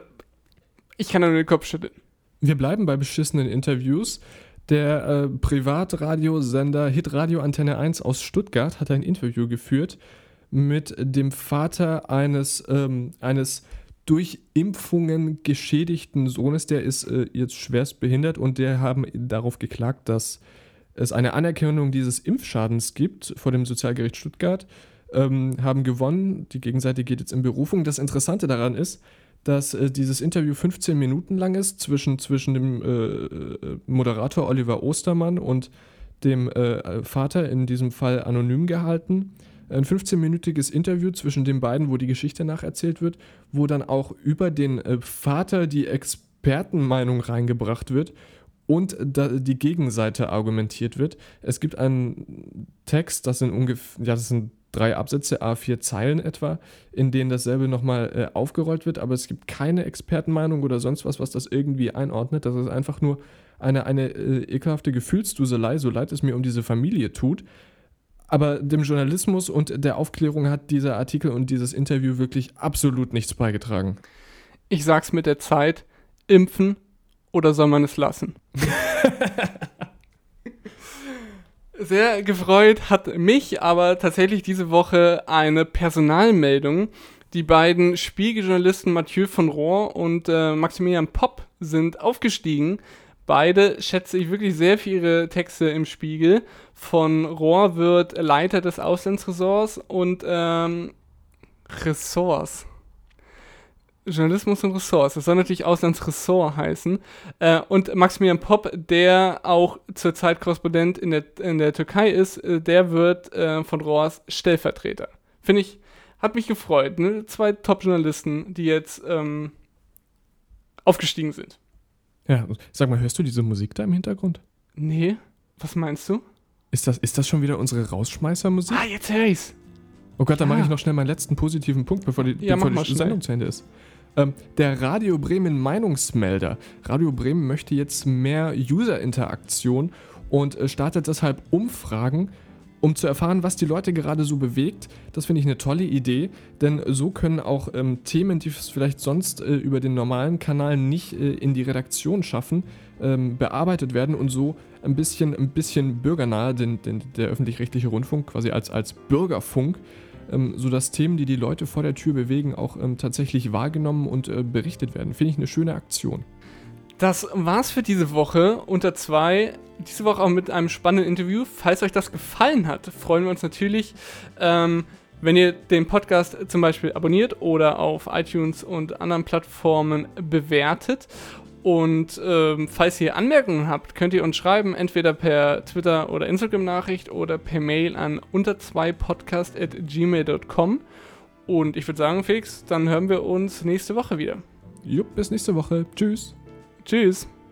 ich kann da nur den Kopf schütteln. Wir bleiben bei beschissenen Interviews. Der äh, Privatradiosender Hitradio Antenne eins aus Stuttgart hat ein Interview geführt mit dem Vater eines, ähm, eines durch Impfungen geschädigten Sohnes. Der ist äh, jetzt schwerst behindert und der haben darauf geklagt, dass es eine Anerkennung dieses Impfschadens gibt vor dem Sozialgericht Stuttgart, ähm, haben gewonnen. Die Gegenseite geht jetzt in Berufung. Das Interessante daran ist, dass äh, dieses Interview fünfzehn Minuten lang ist zwischen, zwischen dem äh, Moderator Oliver Ostermann und dem äh, Vater, in diesem Fall anonym gehalten. Ein fünfzehnminütiges Interview zwischen den beiden, wo die Geschichte nacherzählt wird, wo dann auch über den äh, Vater die Expertenmeinung reingebracht wird und da die Gegenseite argumentiert wird. Es gibt einen Text, das sind ungefähr, ja, das sind drei Absätze, A vier Zeilen etwa, in denen dasselbe nochmal äh, aufgerollt wird, aber es gibt keine Expertenmeinung oder sonst was, was das irgendwie einordnet. Das ist einfach nur eine, eine äh, ekelhafte Gefühlsduselei, so leid es mir um diese Familie tut. Aber dem Journalismus und der Aufklärung hat dieser Artikel und dieses Interview wirklich absolut nichts beigetragen. Ich sag's mit der Zeit: Impfen oder soll man es lassen? Sehr gefreut hat mich aber tatsächlich diese Woche eine Personalmeldung. Die beiden Spiegeljournalisten Mathieu von Rohr und äh, Maximilian Popp sind aufgestiegen. Beide schätze ich wirklich sehr für ihre Texte im Spiegel. Von Rohr wird Leiter des Auslandsressorts und ähm, Ressorts. Journalismus und Ressorts. Das soll natürlich Auslandsressort heißen. Äh, und Maximilian Popp, der auch zurzeit Korrespondent in der, in der Türkei ist, äh, der wird äh, von Rohrs Stellvertreter. Finde ich, hat mich gefreut. Ne? Zwei Top-Journalisten, die jetzt ähm, aufgestiegen sind. Ja, sag mal, hörst du diese Musik da im Hintergrund? Nee, was meinst du? Ist das, ist das schon wieder unsere Rausschmeißer-Musik? Ah, jetzt höre ich's. Oh Gott, dann Ah. mache ich noch schnell meinen letzten positiven Punkt, bevor die, Ja, bevor mach mal die Sendung zu Ende ist. Ähm, der Radio Bremen Meinungsmelder. Radio Bremen möchte jetzt mehr User-Interaktion und äh, startet deshalb Umfragen um zu erfahren, was die Leute gerade so bewegt. Das finde ich eine tolle Idee, denn so können auch ähm, Themen, die es vielleicht sonst äh, über den normalen Kanal nicht äh, in die Redaktion schaffen, ähm, bearbeitet werden und so ein bisschen, ein bisschen bürgernahe, den, den, der öffentlich-rechtliche Rundfunk quasi als, als Bürgerfunk, ähm, sodass Themen, die die Leute vor der Tür bewegen, auch ähm, tatsächlich wahrgenommen und äh, berichtet werden. Finde ich eine schöne Aktion. Das war's für diese Woche. Unter zwei. Diese Woche auch mit einem spannenden Interview. Falls euch das gefallen hat, freuen wir uns natürlich, ähm, wenn ihr den Podcast zum Beispiel abonniert oder auf iTunes und anderen Plattformen bewertet. Und ähm, falls ihr Anmerkungen habt, könnt ihr uns schreiben, entweder per Twitter- oder Instagram-Nachricht oder per Mail an unter zwei podcast at gmail dot com. Und ich würde sagen, Felix, dann hören wir uns nächste Woche wieder. Jupp, bis nächste Woche. Tschüss. Tschüss.